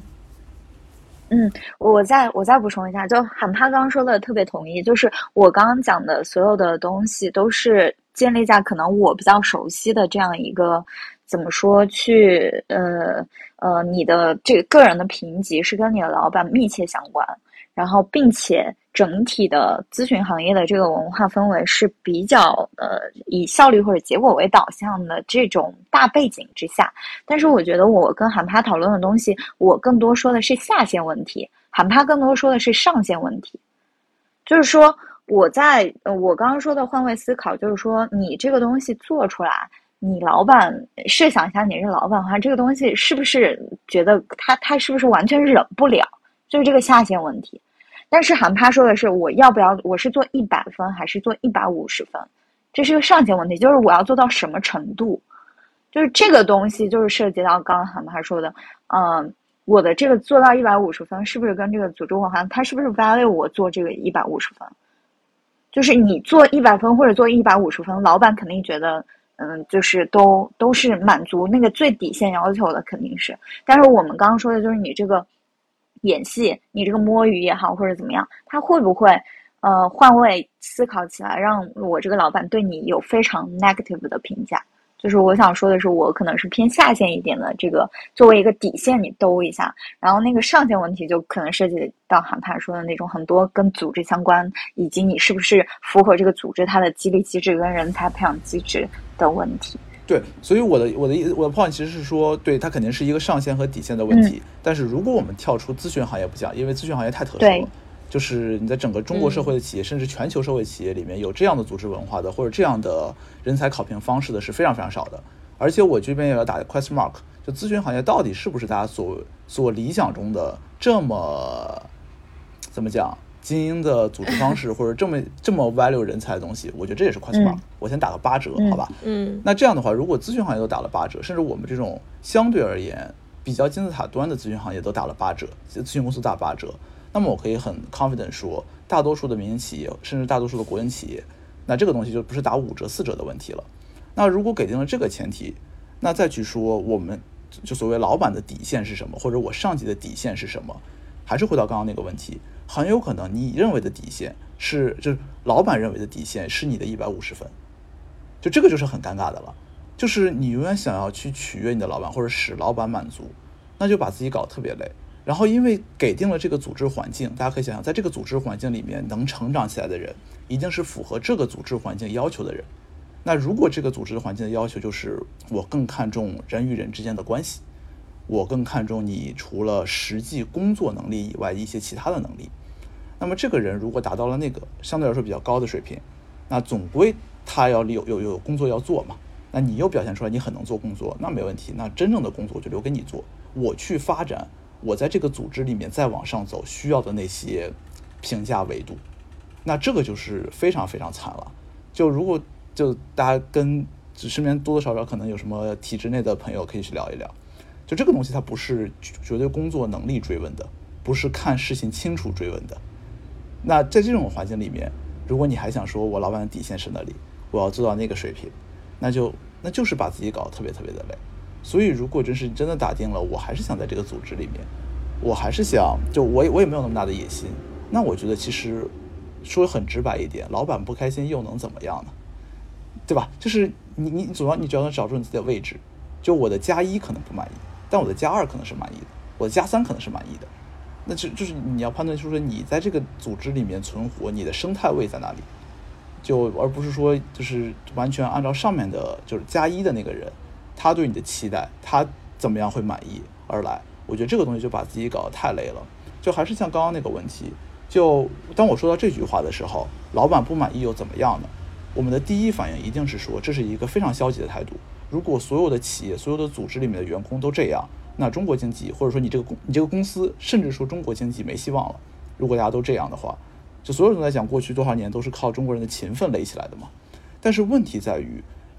我再补充一下，就韩帕刚刚说的特别同意，就是我刚刚讲的所有的东西都是建立在可能我比较熟悉的这样一个怎么说去你的这个个人的评级是跟你的老板密切相关，然后并且整体的咨询行业的这个文化氛围是比较以效率或者结果为导向的这种大背景之下。但是我觉得我跟韩帕讨论的东西，我更多说的是下限问题，韩帕更多说的是上限问题。就是说我刚刚说的换位思考，就是说你这个东西做出来，你老板设想一下你是老板的话，这个东西是不是觉得他是不是完全忍不了，就是这个下限问题。但是韩帕说的是我要不要，我是做100分还是做150分，这是个上限问题，就是我要做到什么程度，就是这个东西就是涉及到刚刚韩帕说的我的这个做到150分是不是跟这个组织文化，它是不是 value 我做这个150分，就是你做100分或者做150分，老板肯定觉得就是都是满足那个最底线要求的，肯定是。但是我们刚刚说的就是你这个演戏，你这个摸鱼也好或者怎么样，他会不会换位思考起来，让我这个老板对你有非常 negative 的评价。就是我想说的是，我可能是偏下限一点的，这个作为一个底线你兜一下，然后那个上限问题就可能涉及到韩帕说的那种很多跟组织相关，以及你是不是符合这个组织它的激励机制跟人才培养机制的问题。 对，所以我的 point 其实是说，对，它肯定是一个上限和底线的问题。但是如果我们跳出咨询行业不讲，因为咨询行业太特殊了，就是你在整个中国社会的企业，甚至全球社会企业里面有这样的组织文化的，或者这样的人才考评方式的是非常非常少的。而且我这边也要打 question mark， 就咨询行业到底是不是大家所理想中的这么怎么讲精英的组织方式，或者这么 value 人才的东西，我觉得这也是 question mark。我先打个8折，好吧？那这样的话，如果咨询行业都打了8折，甚至我们这种相对而言比较金字塔端的咨询行业都打了8折，咨询公司打8折，那么我可以很 confident 说，大多数的民营企业，甚至大多数的国营企业，那这个东西就不是打5折4折的问题了。那如果给定了这个前提，那再去说我们就所谓老板的底线是什么，或者我上级的底线是什么，还是回到刚刚那个问题，很有可能你认为的底线就是老板认为的底线是你的150分，就这个就是很尴尬的了。就是你永远想要去取悦你的老板，或者使老板满足，那就把自己搞得特别累。然后因为给定了这个组织环境，大家可以想象，在这个组织环境里面能成长起来的人，一定是符合这个组织环境要求的人。那如果这个组织环境的要求就是我更看重人与人之间的关系，我更看重你除了实际工作能力以外一些其他的能力，那么这个人如果达到了那个相对来说比较高的水平，那总归他要有工作要做嘛，那你又表现出来你很能做工作，那没问题，那真正的工作就留给你做，我去发展我在这个组织里面再往上走需要的那些评价维度，那这个就是非常非常惨了。就如果就大家跟身边多多少少可能有什么体制内的朋友可以去聊一聊，就这个东西它不是绝对工作能力追问的，不是看事情清楚追问的。那在这种环境里面，如果你还想说我老板的底线是那里，我要做到那个水平，那就是把自己搞得特别特别的累。所以如果真的打定了我还是想在这个组织里面，我还是想就我也没有那么大的野心，那我觉得其实说很直白一点，老板不开心又能怎么样呢？对吧？就是你只要能找出你自己的位置，就我的+1可能不满意，但我的+2可能是满意的，我的+3可能是满意的。那就是你要判断出说你在这个组织里面存活，你的生态位在哪里，就而不是说就是完全按照上面的就是+1的那个人他对你的期待，他怎么样会满意而来。我觉得这个东西就把自己搞得太累了。就还是像刚刚那个问题，就当我说到这句话的时候，老板不满意又怎么样呢？我们的第一反应一定是说这是一个非常消极的态度。如果所有的企业所有的组织里面的员工都这样，那中国经济或者说你这个公司，甚至说中国经济没希望了。如果大家都这样的话，就所有人都在讲过去多少年都是靠中国人的勤奋垒起来的嘛。但是问题在于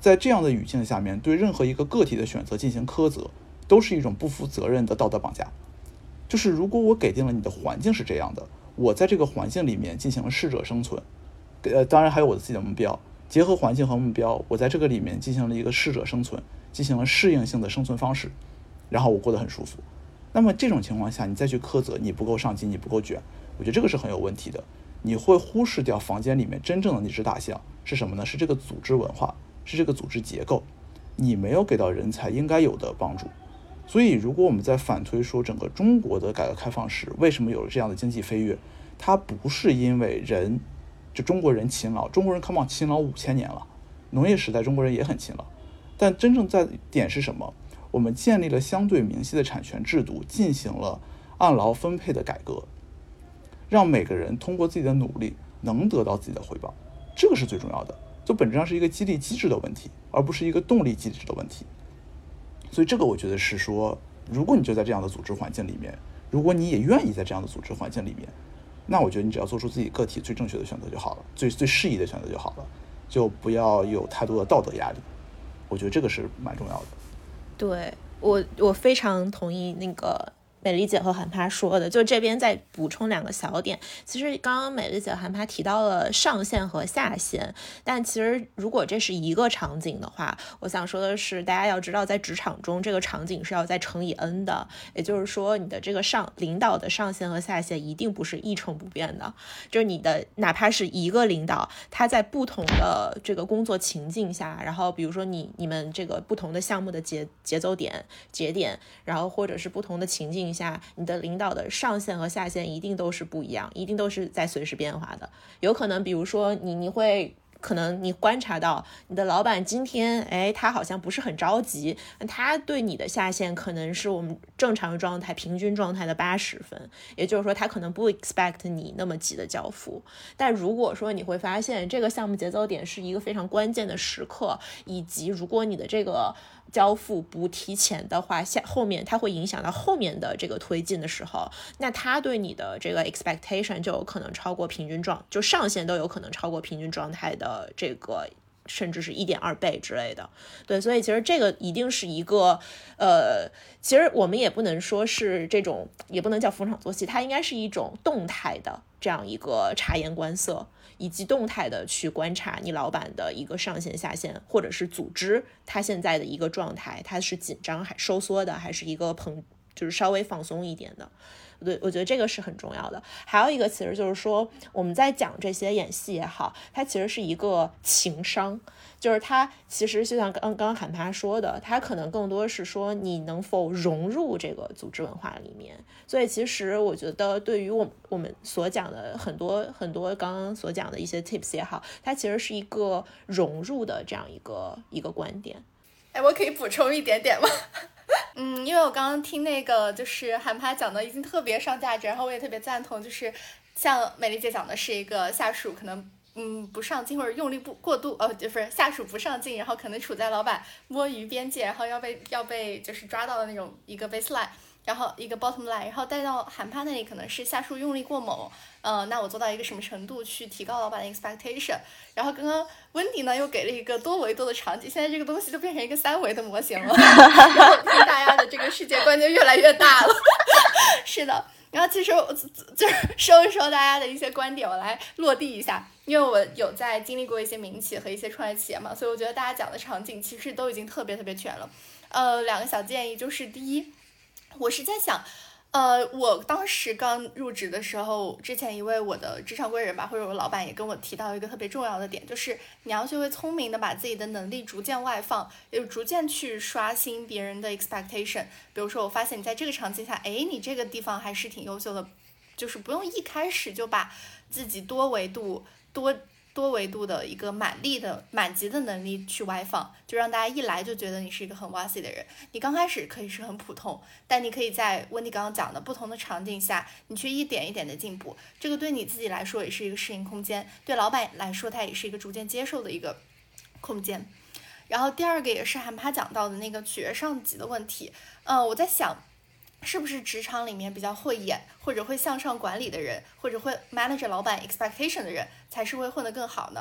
在这样的语境下面，对任何一个个体的选择进行苛责，都是一种不负责任的道德绑架。就是如果我给定了你的环境是这样的，我在这个环境里面进行了适者生存，当然还有我自己的目标，结合环境和目标，我在这个里面进行了一个适者生存，进行了适应性的生存方式，然后我过得很舒服。那么这种情况下，你再去苛责你不够上进，你不够卷，我觉得这个是很有问题的。你会忽视掉房间里面真正的那只大象是什么呢？是这个组织文化，是这个组织结构，你没有给到人才应该有的帮助。所以如果我们在反推说整个中国的改革开放史为什么有了这样的经济飞跃，它不是因为就中国人勤劳，中国人come on勤劳5000年了，农业时代中国人也很勤劳，但真正在点是什么？我们建立了相对明晰的产权制度，进行了按劳分配的改革，让每个人通过自己的努力能得到自己的回报，这个是最重要的。就本质上是一个激励机制的问题，而不是一个动力机制的问题。所以这个我觉得是说，如果你就在这样的组织环境里面，如果你也愿意在这样的组织环境里面，那我觉得你只要做出自己个体最正确的选择就好了，最适宜的选择就好了，就不要有太多的道德压力。我觉得这个是蛮重要的。 对，我非常同意那个美丽姐和韩帕说的，就这边再补充2个小点。其实刚刚美丽姐和韩帕提到了上限和下限，但其实如果这是一个场景的话，我想说的是，大家要知道在职场中这个场景是要再乘以 n 的，也就是说你的这个领导的上限和下限一定不是一成不变的，就是你的哪怕是一个领导，他在不同的这个工作情境下，然后比如说你们这个不同的项目的节奏点节点，然后或者是不同的情境下，你的领导的上限和下限一定都是不一样，一定都是在随时变化的。有可能比如说你会可能你观察到你的老板今天他好像不是很着急，他对你的下限可能是我们正常状态平均状态的80分，也就是说他可能不 expect 你那么急的交付。但如果说你会发现这个项目节奏点是一个非常关键的时刻，以及如果你的这个交付不提前的话，后面它会影响到后面的这个推进的时候，那他对你的这个 expectation 就有可能超过平均就上限都有可能超过平均状态的这个甚至是1.2倍之类的。对，所以其实这个一定是一个其实我们也不能说是这种，也不能叫逢场作戏，它应该是一种动态的这样一个察言观色，以及动态的去观察你老板的一个上限下限，或者是组织它现在的一个状态，它是紧张还收缩的，还是一个就是稍微放松一点的。对，我觉得这个是很重要的。还有一个其实就是说，我们在讲这些演戏也好，它其实是一个情商，就是它其实就像刚刚韩帕说的，它可能更多是说你能否融入这个组织文化里面。所以其实我觉得对于我们所讲的很多刚刚所讲的一些 tips 也好，它其实是一个融入的这样一个观点。 我可以补充一点点吗？因为我刚刚听那个就是韩帕讲的已经特别上价值，然后我也特别赞同，就是像美丽姐讲的是一个下属可能不上进或者用力不过度，就是下属不上进，然后可能处在老板摸鱼边界，然后要被就是抓到的那种一个 baseline， 然后一个 bottom line， 然后带到韩帕那里可能是下属用力过猛，那我做到一个什么程度去提高老板的 expectation。 然后刚刚温迪呢又给了一个多维度的场景，现在这个东西就变成一个3维的模型了，然后大家的这个世界观就越来越大了。是的，然后其实就是收一收大家的一些观点，我来落地一下，因为我有在经历过一些民企和一些创业企业嘛，所以我觉得大家讲的场景其实都已经特别特别全了。2个小建议，就是第一，我是在想我当时刚入职的时候，之前一位我的职场贵人吧，或者我老板也跟我提到一个特别重要的点，就是你要学会聪明的把自己的能力逐渐外放，逐渐去刷新别人的 expectation。 比如说我发现你在这个场景下，你这个地方还是挺优秀的，就是不用一开始就把自己多维度的一个满级的能力去外放，就让大家一来就觉得你是一个很哇塞的人。你刚开始可以是很普通，但你可以在温迪刚刚讲的不同的场景下，你去一点一点的进步，这个对你自己来说也是一个适应空间，对老板来说他也是一个逐渐接受的一个空间。然后第二个也是韩帕讲到的那个取悦上级的问题，我在想是不是职场里面比较会演或者会向上管理的人，或者会 manage 老板 expectation 的人才是会混得更好呢？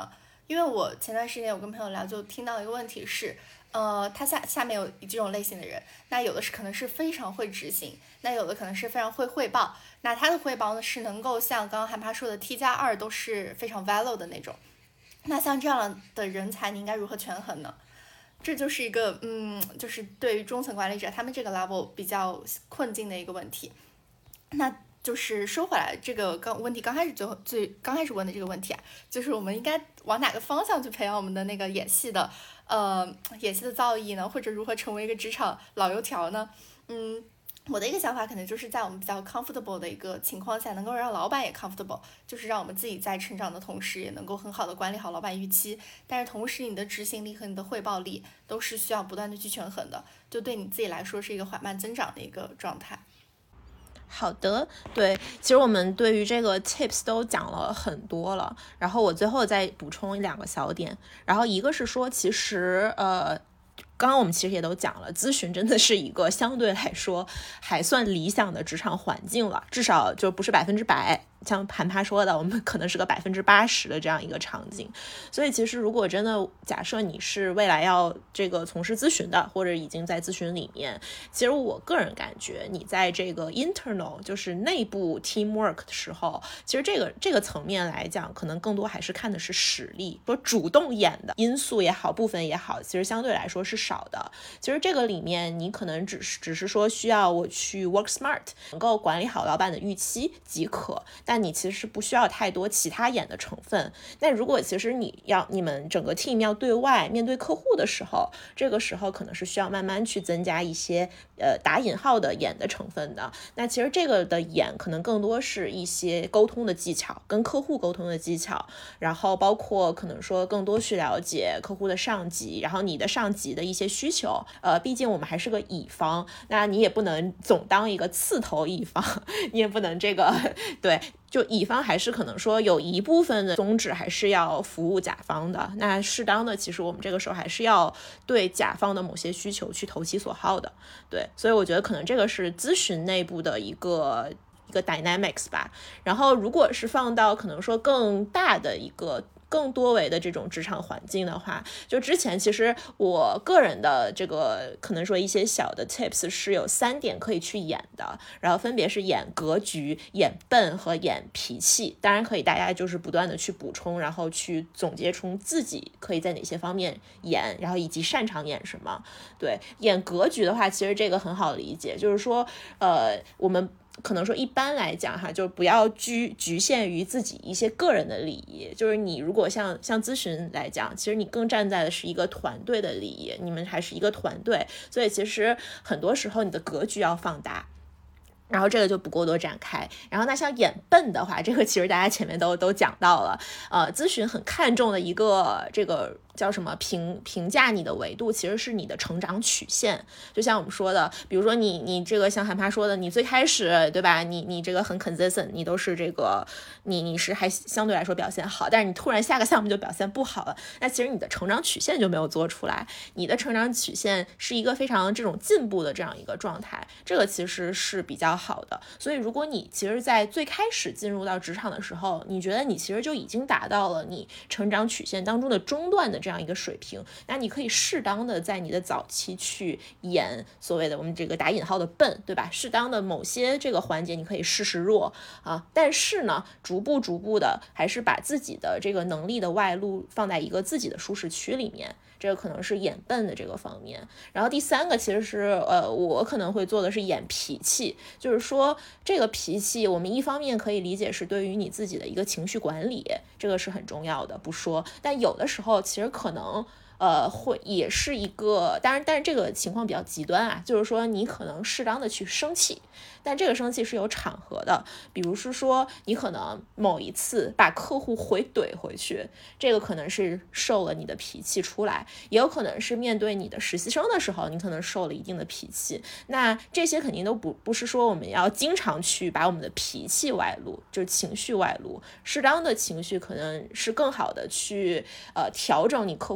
因为我前段时间有跟朋友聊，就听到一个问题是，他下面有这种类型的人，那有的是可能是非常会执行，那有的可能是非常会汇报，那他的汇报呢是能够像刚刚韩帕说的 T+2都是非常 value 的那种，那像这样的人才你应该如何权衡呢？这就是一个就是对于中层管理者他们这个 level 比较困境的一个问题。那就是说回来，这个问题刚开始问的这个问题啊，就是我们应该往哪个方向去培养我们的那个演戏的造诣呢？或者如何成为一个职场老油条呢？我的一个想法可能就是在我们比较 comfortable 的一个情况下，能够让老板也 comfortable， 就是让我们自己在成长的同时，也能够很好的管理好老板预期。但是同时，你的执行力和你的汇报力都是需要不断的去权衡的，就对你自己来说是一个缓慢增长的一个状态。 好的，对，其实我们对于这个 tips 都讲了很多了，然后我最后再补充2个小点，然后一个是说，其实刚刚我们其实也都讲了，咨询真的是一个相对来说还算理想的职场环境了，至少就不是100%，像韩帕说的，我们可能是个80%的这样一个场景。所以其实如果真的假设你是未来要这个从事咨询的，或者已经在咨询里面，其实我个人感觉你在这个 internal 就是内部 teamwork 的时候，其实这个层面来讲，可能更多还是看的是实力，说主动演的因素也好，部分也好，其实相对来说是少的。其实这个里面你可能只是说需要我去 work smart， 能够管理好老板的预期即可，但你其实是不需要太多其他演的成分。那如果其实你们整个 team 要对外面对客户的时候，这个时候可能是需要慢慢去增加一些打引号的演的成分的。那其实这个的演可能更多是一些沟通的技巧，跟客户沟通的技巧，然后包括可能说更多去了解客户的上级，然后你的上级的一些需求。毕竟我们还是个乙方，那你也不能总当一个刺头乙方，你也不能这个对。就乙方还是可能说有一部分的宗旨还是要服务甲方的，那适当的其实我们这个时候还是要对甲方的某些需求去投其所好的，对，所以我觉得可能这个是咨询内部的一个 dynamics 吧。然后如果是放到可能说更大的一个更多维的这种职场环境的话，就之前其实我个人的这个可能说一些小的 tips 是有3点可以去演的，然后分别是演格局、演笨和演脾气。当然可以大家就是不断的去补充，然后去总结出自己可以在哪些方面演，然后以及擅长演什么。对，演格局的话，其实这个很好理解，就是说我们可能说一般来讲哈，就不要局限于自己一些个人的利益，就是你如果像咨询来讲，其实你更站在的是一个团队的利益，你们还是一个团队，所以其实很多时候你的格局要放大，然后这个就不过多展开。然后那像演笨的话，这个其实大家前面都讲到了，咨询很看重的一个这个叫什么评价你的维度，其实是你的成长曲线。就像我们说的，比如说你这个像韩帕说的，你最开始对吧，你这个很 consistent， 你都是这个你是还相对来说表现好，但是你突然下个项目就表现不好了，那其实你的成长曲线就没有做出来，你的成长曲线是一个非常这种进步的这样一个状态，这个其实是比较好的。所以如果你其实在最开始进入到职场的时候，你觉得你其实就已经达到了你成长曲线当中的中段的这样一个水平，那你可以适当的在你的早期去演所谓的我们这个打引号的笨，对吧？适当的某些这个环节你可以试弱啊，但是呢，逐步的还是把自己的这个能力的外露放在一个自己的舒适区里面，这个可能是演笨的这个方面。然后第3个其实是我可能会做的是演脾气，就是说这个脾气我们一方面可以理解是对于你自己的一个情绪管理，这个是很重要的不说，但有的时候其实可能会也是一个，但是这个情况比较极端啊，就是说你可能适当的去生气，但这个生气是有场合的，比如是说你可能某一次把客户怼回去，这个可能是受了你的脾气出来，也有可能是面对你的实习生的时候，你可能受了一定的脾气，那这些肯定都不是说我们要经常去把我们的脾气外露，就是情绪外露，适当的情绪可能是更好的去调整你客户对你的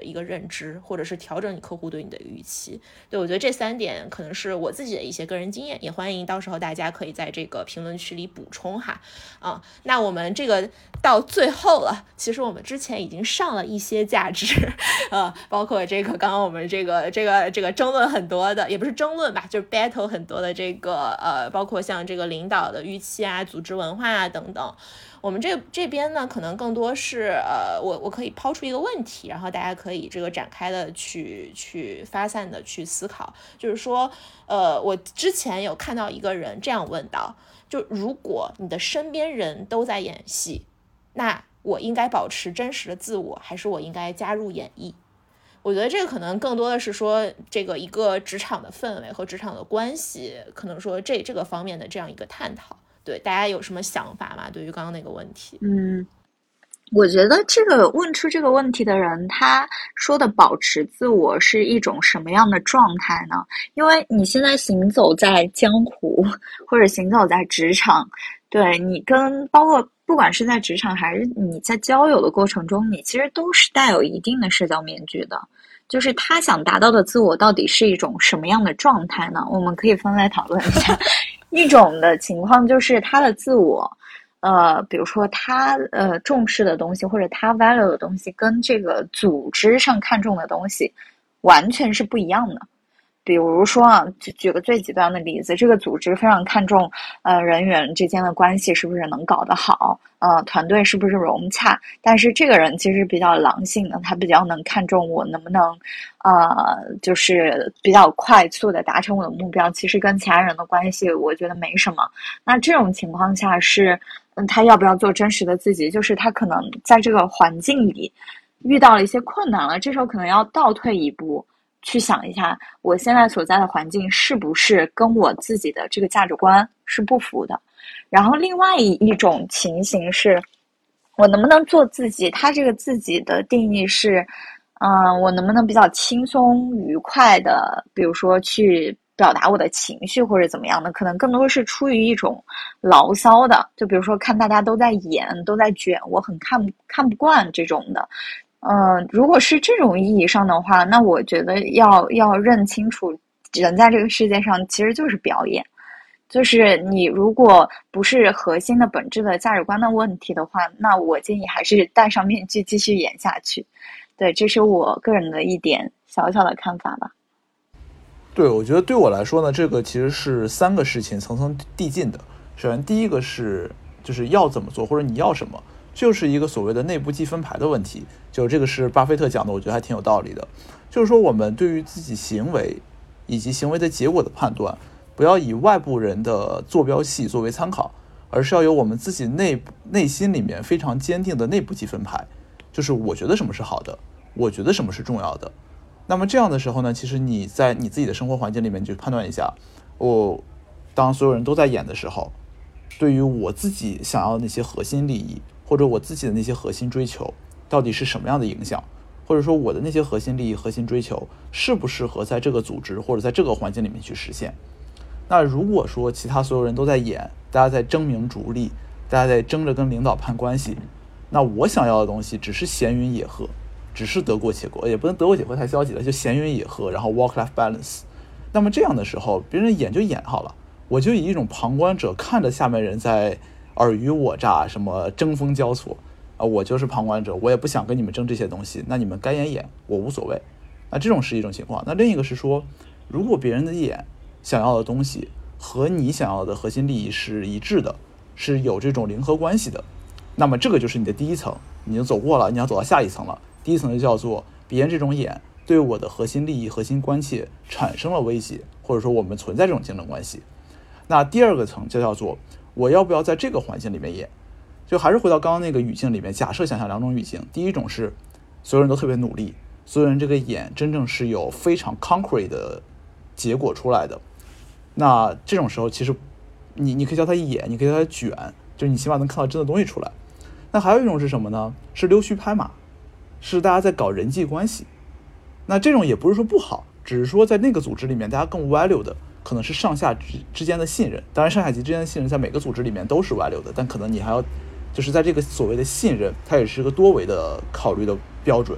一个认知，或者是调整你客户对你的预期。对，我觉得这3点可能是我自己的一些个人经验，也欢迎到时候大家可以在这个评论区里补充哈。那我们这个到最后了，其实我们之前已经上了一些价值，包括这个刚刚我们这个争论很多的，也不是争论吧，就是 battle 很多的这个包括像这个领导的预期啊、组织文化啊等等。我们这边呢，可能更多是我可以抛出一个问题，然后大家可以这个展开的去发散的去思考，就是说我之前有看到一个人这样问到，就如果你的身边人都在演戏，那我应该保持真实的自我，还是我应该加入演绎？我觉得这个可能更多的是说这个一个职场的氛围和职场的关系，可能说这个方面的这样一个探讨。对，大家有什么想法吗？对于刚刚那个问题？ 我觉得这个问出这个问题的人，他说的保持自我是一种什么样的状态呢？因为你现在行走在江湖，或者行走在职场，对，你跟包括不管是在职场还是你在交友的过程中，你其实都是带有一定的社交面具的。就是他想达到的自我到底是一种什么样的状态呢？我们可以分类讨论一下。一种的情况就是他的自我比如说他重视的东西或者他 value 的东西跟这个组织上看重的东西完全是不一样的。比如说举个最极端的例子，这个组织非常看重人员之间的关系是不是能搞得好，团队是不是融洽，但是这个人其实比较狼性的，他比较能看重我能不能就是比较快速的达成我的目标，其实跟其他人的关系我觉得没什么。那这种情况下是他要不要做真实的自己，就是他可能在这个环境里遇到了一些困难了，这时候可能要倒退一步去想一下，我现在所在的环境是不是跟我自己的这个价值观是不符的。然后另外一种情形是，我能不能做自己，他这个自己的定义是我能不能比较轻松愉快的，比如说去表达我的情绪或者怎么样的，可能更多是出于一种牢骚的，就比如说看大家都在演都在卷，我很看不惯这种的。如果是这种意义上的话，那我觉得要认清楚，人在这个世界上其实就是表演，就是你如果不是核心的本质的价值观的问题的话，那我建议还是戴上面具继续演下去。对，这是我个人的一点小小的看法吧。 对，我觉得对我来说呢，这个其实是3个事情层层递进的。首先第一个是就是要怎么做，或者你要什么，就是一个所谓的内部积分牌的问题。就这个是巴菲特讲的，我觉得还挺有道理的。就是说我们对于自己行为以及行为的结果的判断，不要以外部人的坐标系作为参考，而是要有我们自己内心里面非常坚定的内部积分牌。就是我觉得什么是好的，我觉得什么是重要的。那么这样的时候呢，其实你在你自己的生活环境里面就判断一下，当所有人都在演的时候，对于我自己想要的那些核心利益，或者我自己的那些核心追求，到底是什么样的影响，或者说我的那些核心利益、核心追求适不适合在这个组织或者在这个环境里面去实现。那如果说其他所有人都在演，大家在争名逐利，大家在争着跟领导攀关系，那我想要的东西只是闲云野鹤，只是得过且过，也不能得过且过太消极了，就闲云野鹤，然后 work-life balance。那么这样的时候，别人演就演好了，我就以一种旁观者看着下面人在尔虞我诈，什么争锋交错我就是旁观者，我也不想跟你们争这些东西，那你们该演，我无所谓。那这种是一种情况。那另一个是说，如果别人的想要的东西和你想要的核心利益是一致的，是有这种零和关系的，那么这个就是你的第一层，你就走过了，你要走到下一层了。第一层就叫做别人这种对我的核心利益、核心关切产生了威胁，或者说我们存在这种竞争关系。那第二个层就叫做我要不要在这个环境里面就还是回到刚刚那个语境里面，假设想象2种语境。第一种是所有人都特别努力，所有人这个真正是有非常 concrete 的结果出来的。那这种时候其实你可以叫它你可以叫它卷，就你起码能看到真的东西出来。那还有一种是什么呢？是溜须拍马，是大家在搞人际关系。那这种也不是说不好，只是说在那个组织里面大家更 value 的可能是上下之间的信任。当然上下级之间的信任在每个组织里面都是 value 的，但可能你还要就是在这个所谓的信任，它也是个多维的考虑的标准，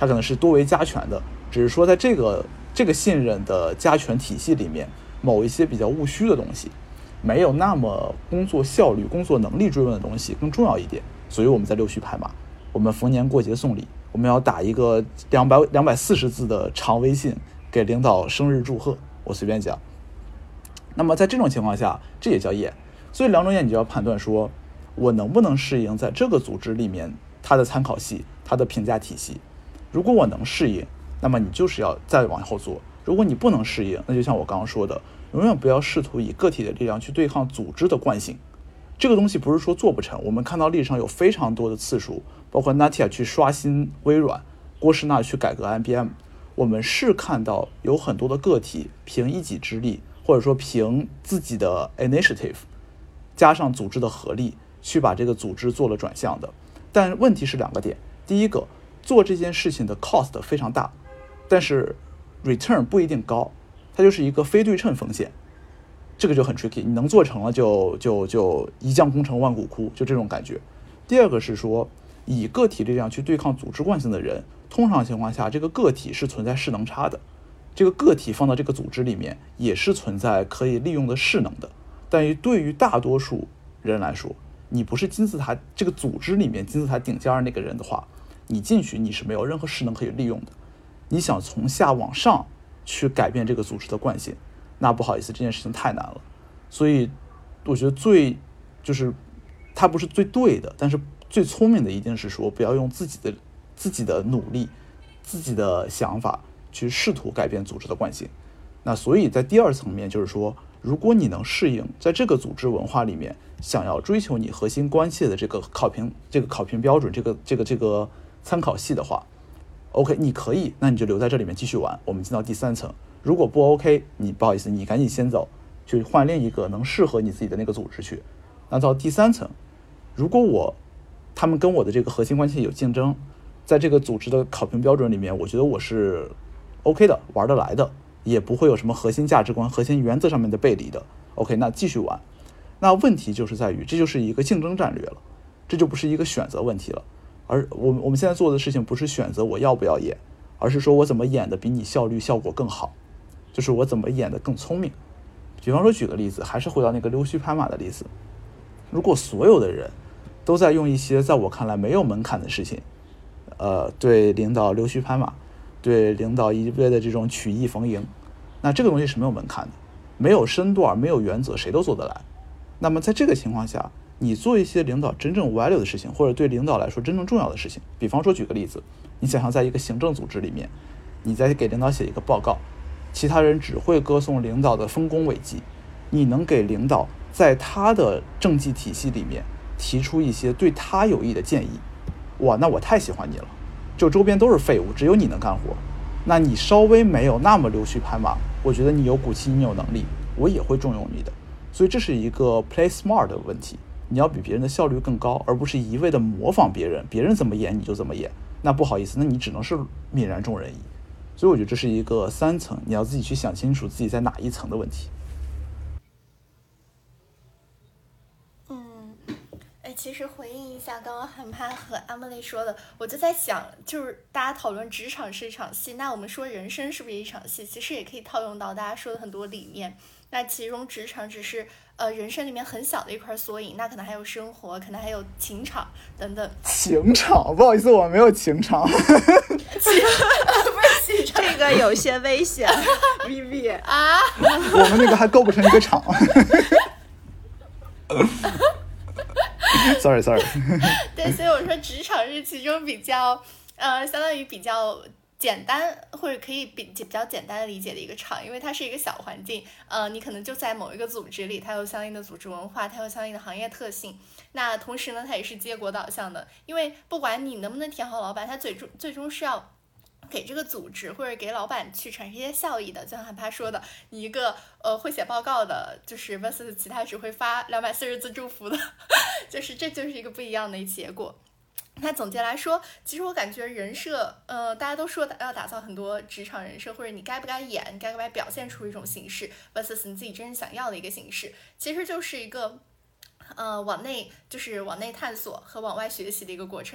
它可能是多维加权的，只是说在这个信任的加权体系里面，某一些比较务虚的东西，没有那么工作效率、工作能力追问的东西更重要一点。所以我们在溜须拍马，我们逢年过节送礼，我们要打一个240字的长微信给领导生日祝贺，我随便讲。那么在这种情况下，这也叫演。所以两种演你就要判断说，我能不能适应在这个组织里面它的参考系、它的评价体系。如果我能适应，那么你就是要再往后做。如果你不能适应，那就像我刚刚说的，永远不要试图以个体的力量去对抗组织的惯性。这个东西不是说做不成，我们看到历史上有非常多的次数，包括 Natia 去刷新微软，郭士纳去改革 IBM， 我们是看到有很多的个体凭一己之力，或者说凭自己的 initiative 加上组织的合力去把这个组织做了转向的。但问题是2个点，第一个，做这件事情的 cost 非常大，但是 return 不一定高，它就是一个非对称风险，这个就很 tricky， 你能做成了就一将功成万骨枯，就这种感觉。第二个是说，以个体力量去对抗组织惯性的人，通常情况下这个个体是存在势能差的，这个个体放到这个组织里面也是存在可以利用的势能的。但对于大多数人来说，你不是金字塔这个组织里面金字塔顶尖的那个人的话，你进去你是没有任何势能可以利用的。你想从下往上去改变这个组织的惯性，那不好意思，这件事情太难了。所以我觉得就是它不是最对的，但是最聪明的一定是说，不要用自己的努力、自己的想法去试图改变组织的惯性。那所以在第二层面就是说，如果你能适应在这个组织文化里面想要追求你核心关切的这个考评标准，这个参考系的话 ，OK， 你可以，那你就留在这里面继续玩。我们进到第3层，如果不 OK， 你不好意思，你赶紧先走，去换另一个能适合你自己的那个组织去。那到第3层，如果他们跟我的这个核心关系有竞争，在这个组织的考评标准里面，我觉得我是 OK 的，玩得来的，也不会有什么核心价值观、核心原则上面的背离的。OK， 那继续玩。那问题就是在于，这就是一个竞争战略了，这就不是一个选择问题了。而我们现在做的事情不是选择我要不要演，而是说我怎么演的比你效果更好，就是我怎么演的更聪明。比方说举个例子，还是回到那个溜须拍马的例子，如果所有的人都在用一些在我看来没有门槛的事情，对领导溜须拍马，对领导一味的这种曲意逢迎，那这个东西是没有门槛的，没有身段，没有原则，谁都做得来。那么在这个情况下，你做一些领导真正 value 的事情，或者对领导来说真正重要的事情，比方说举个例子，你想象在一个行政组织里面，你在给领导写一个报告，其他人只会歌颂领导的丰功伟绩，你能给领导在他的政绩体系里面提出一些对他有益的建议，哇，那我太喜欢你了，就周边都是废物，只有你能干活，那你稍微没有那么溜须拍马，我觉得你有骨气，你有能力，我也会重用你的。所以这是一个 play smart 的问题，你要比别人的效率更高，而不是一味的模仿别人怎么演你就怎么演，那不好意思，那你只能是泯然众人矣。所以我觉得这是一个3层，你要自己去想清楚自己在哪一层的问题。 其实回应一下刚刚韩潘和 Emily 说的，我就在想，就是大家讨论职场是一场戏，那我们说人生是不是一场戏，其实也可以套用到大家说的很多理念。那其中职场只是人生里面很小的一块缩影，那可能还有生活，可能还有情场等等。 情场，不好意思，我没有情场。 不是情场， 这个有些危险。Vivi 啊， 我们那个还构不成一个场。sorry 对，所以我说职场是其中比较相当于比较简单，或者可以比较简单的理解的一个场，因为它是一个小环境，你可能就在某一个组织里，它有相应的组织文化，它有相应的行业特性。那同时呢，它也是结果导向的，因为不管你能不能填好老板，它最终是要给这个组织或者给老板去产生一些效益的。就像韩帕说的，你一个会写报告的，就是 versus 其他只会发240字祝福的，这就是一个不一样的结果。那总结来说，其实我感觉人设，大家都说要打造很多职场人设，或者你该不该演，你该不该表现出一种形式 versus 你自己真正想要的一个形式，其实就是一个往内探索和往外学习的一个过程。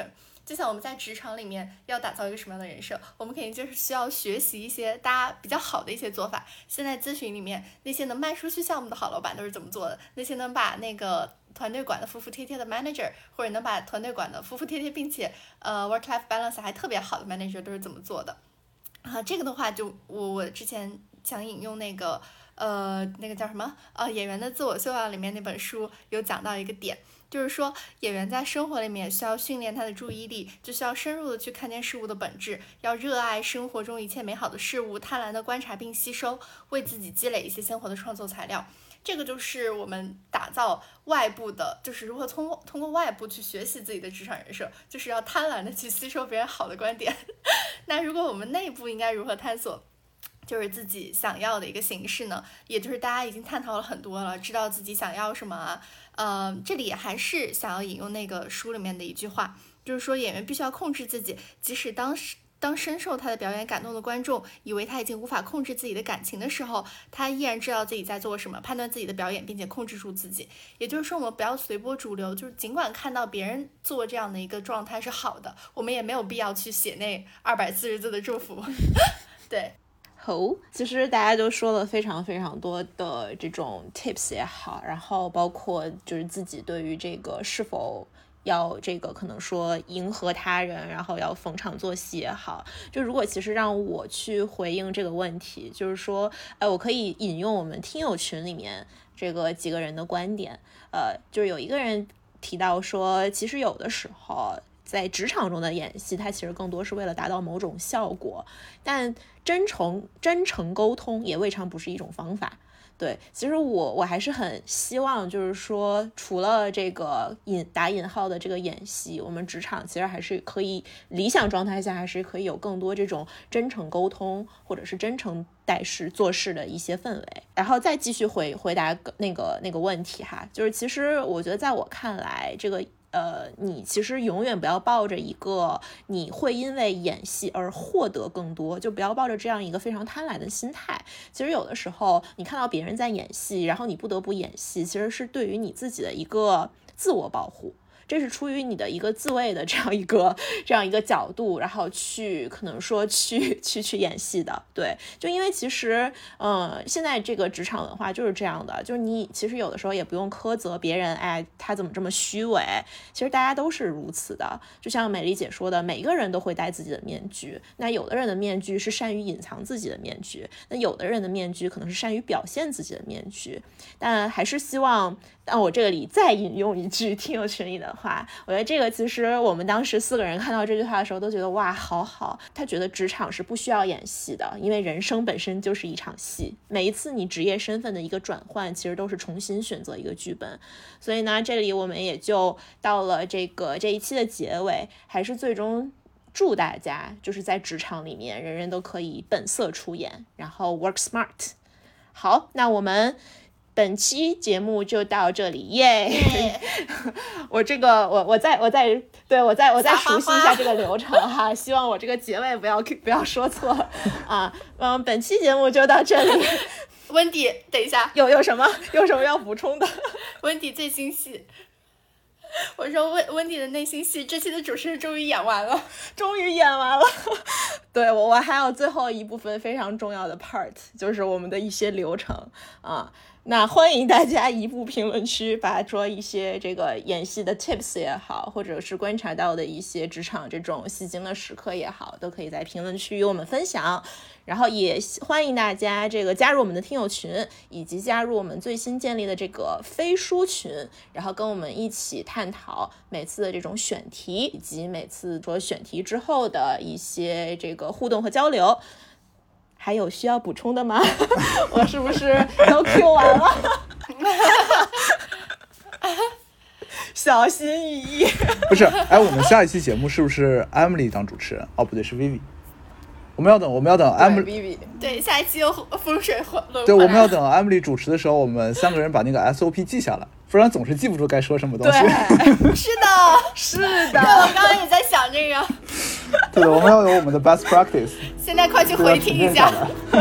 就像我们在职场里面要打造一个什么样的人设，我们肯定就是需要学习一些大家比较好的一些做法。现在咨询里面那些能卖出去项目的好老板都是怎么做的，那些能把那个团队管得服服帖帖的 manager， 或者能把团队管得服服帖帖并且work-life balance 还特别好的 manager 都是怎么做的啊？这个的话就我之前想引用那个叫什么演员的自我修养里面那本书有讲到一个点，就是说演员在生活里面需要训练他的注意力，就需要深入的去看见事物的本质，要热爱生活中一切美好的事物，贪婪的观察并吸收，为自己积累一些鲜活的创作材料。这个就是我们打造外部的，就是如何通过外部去学习自己的职场人设，就是要贪婪的去吸收别人好的观点。那如果我们内部应该如何探索就是自己想要的一个形式呢？也就是大家已经探讨了很多了，知道自己想要什么啊。这里还是想要引用那个书里面的一句话，就是说演员必须要控制自己，即使当深受他的表演感动的观众以为他已经无法控制自己的感情的时候，他依然知道自己在做什么，判断自己的表演，并且控制住自己。也就是说，我们不要随波逐流，就是尽管看到别人做这样的一个状态是好的，我们也没有必要去写那240字的祝福。对。 其实大家都说了非常非常多的这种 tips 也好，然后包括就是自己对于这个是否要这个可能说迎合他人，然后要逢场作戏也好，就如果其实让我去回应这个问题，就是说我可以引用我们听友群里面这个几个人的观点，就是有一个人提到说，其实有的时候在职场中的演戏，它其实更多是为了达到某种效果，但真诚沟通也未尝不是一种方法。对，其实我还是很希望，就是说，除了这个打引号的这个演戏，我们职场其实还是可以，理想状态下还是可以有更多这种真诚沟通，或者是真诚待事做事的一些氛围。然后再继续回答那个问题哈，就是其实我觉得在我看来，这个你其实永远不要抱着一个你会因为演戏而获得更多，就不要抱着这样一个非常贪婪的心态。其实有的时候你看到别人在演戏，然后你不得不演戏，其实是对于你自己的一个自我保护，这是出于你的一个自卫的这样一个角度，然后可能说去演戏的。对，就因为其实现在这个职场文化就是这样的，就是你其实有的时候也不用苛责别人，他怎么这么虚伪，其实大家都是如此的。就像美丽姐说的，每个人都会戴自己的面具，那有的人的面具是善于隐藏自己的面具，那有的人的面具可能是善于表现自己的面具。但还是希望我这里再引用一句听友群里的话，我觉得这个其实我们当时4个人看到这句话的时候都觉得哇好好，他觉得职场是不需要演戏的，因为人生本身就是一场戏，每一次你职业身份的一个转换其实都是重新选择一个剧本。所以呢，这里我们也就到了这一期的结尾，还是最终祝大家就是在职场里面人人都可以本色出演，然后 work smart。 好，那我们本期节目就到这里，耶！我再熟悉一下这个流程哈，希望我这个结尾不要说错啊。本期节目就到这里。 温迪，等一下， 有什么要补充的？ 温迪最新戏。我说温迪的内心戏，这期的主持人终于演完了。对，我还有最后一部分非常重要的 part， 就是我们的一些流程啊。那欢迎大家移步评论区，把说一些这个演戏的 tips 也好，或者是观察到的一些职场这种戏精的时刻也好，都可以在评论区与我们分享。然后也欢迎大家这个加入我们的听友群，以及加入我们最新建立的这个飞书群，然后跟我们一起探讨每次的这种选题，以及每次说选题之后的一些这个互动和交流。还有需要补充的吗？我是不是都 Q 完了？小心翼翼。 不是，我们下一期节目是不是 Emily 当主持人？哦，不对，是 Vivi。我们要等 Emily。 对，下一期又风水轮。 对，我们要等 Emily 主持的时候，我们3个人把那个 SOP 记下来，不然总是记不住该说什么东西。 对，是的。对，我刚刚也在想这个。 对的，我们要有我们的 best practice。 现在快去回听一下。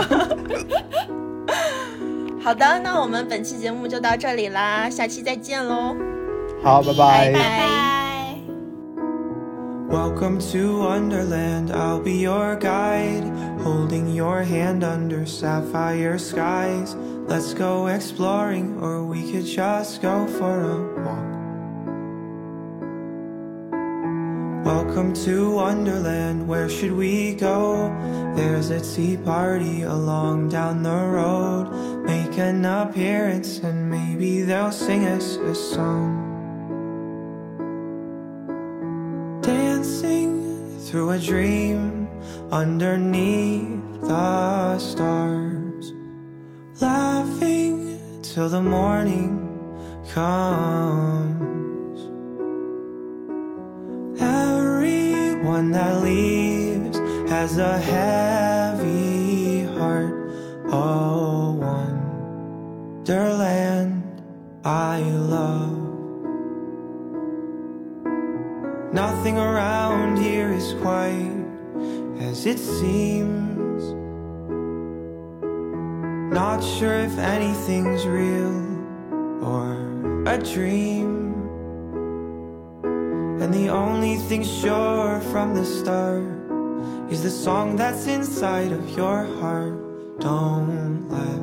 好的，那我们本期节目就到这里啦，下期再见喽。 好，拜拜。 拜拜。 Welcome to Wonderland, I'll be your guide, holding your hand under sapphire skies. Let's go exploring, or we could just go for a walk. Welcome to Wonderland, where should we go? There's a tea party along down the road. Make an appearance and maybe they'll sing us a song. Dancing through a dream underneath the stars, laughing till the morning comes. Everyone that leaves has a heavy heart. Oh, Wonderland I love. Nothing around here is quite as it seems. Not sure if anything's real or a dream. And the only thing sure from the start is the song that's inside of your heart. Don't let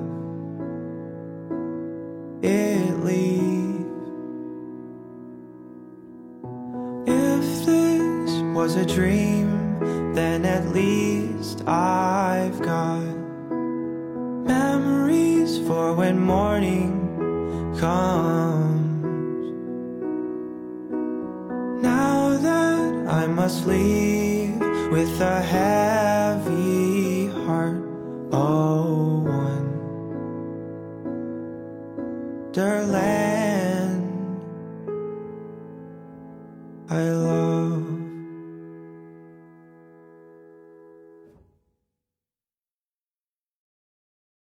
it leave. If this was a dream, then at least I've got memories for when morning comes. Now that I must leave with a heavy heart. Oh, Wonderland I love.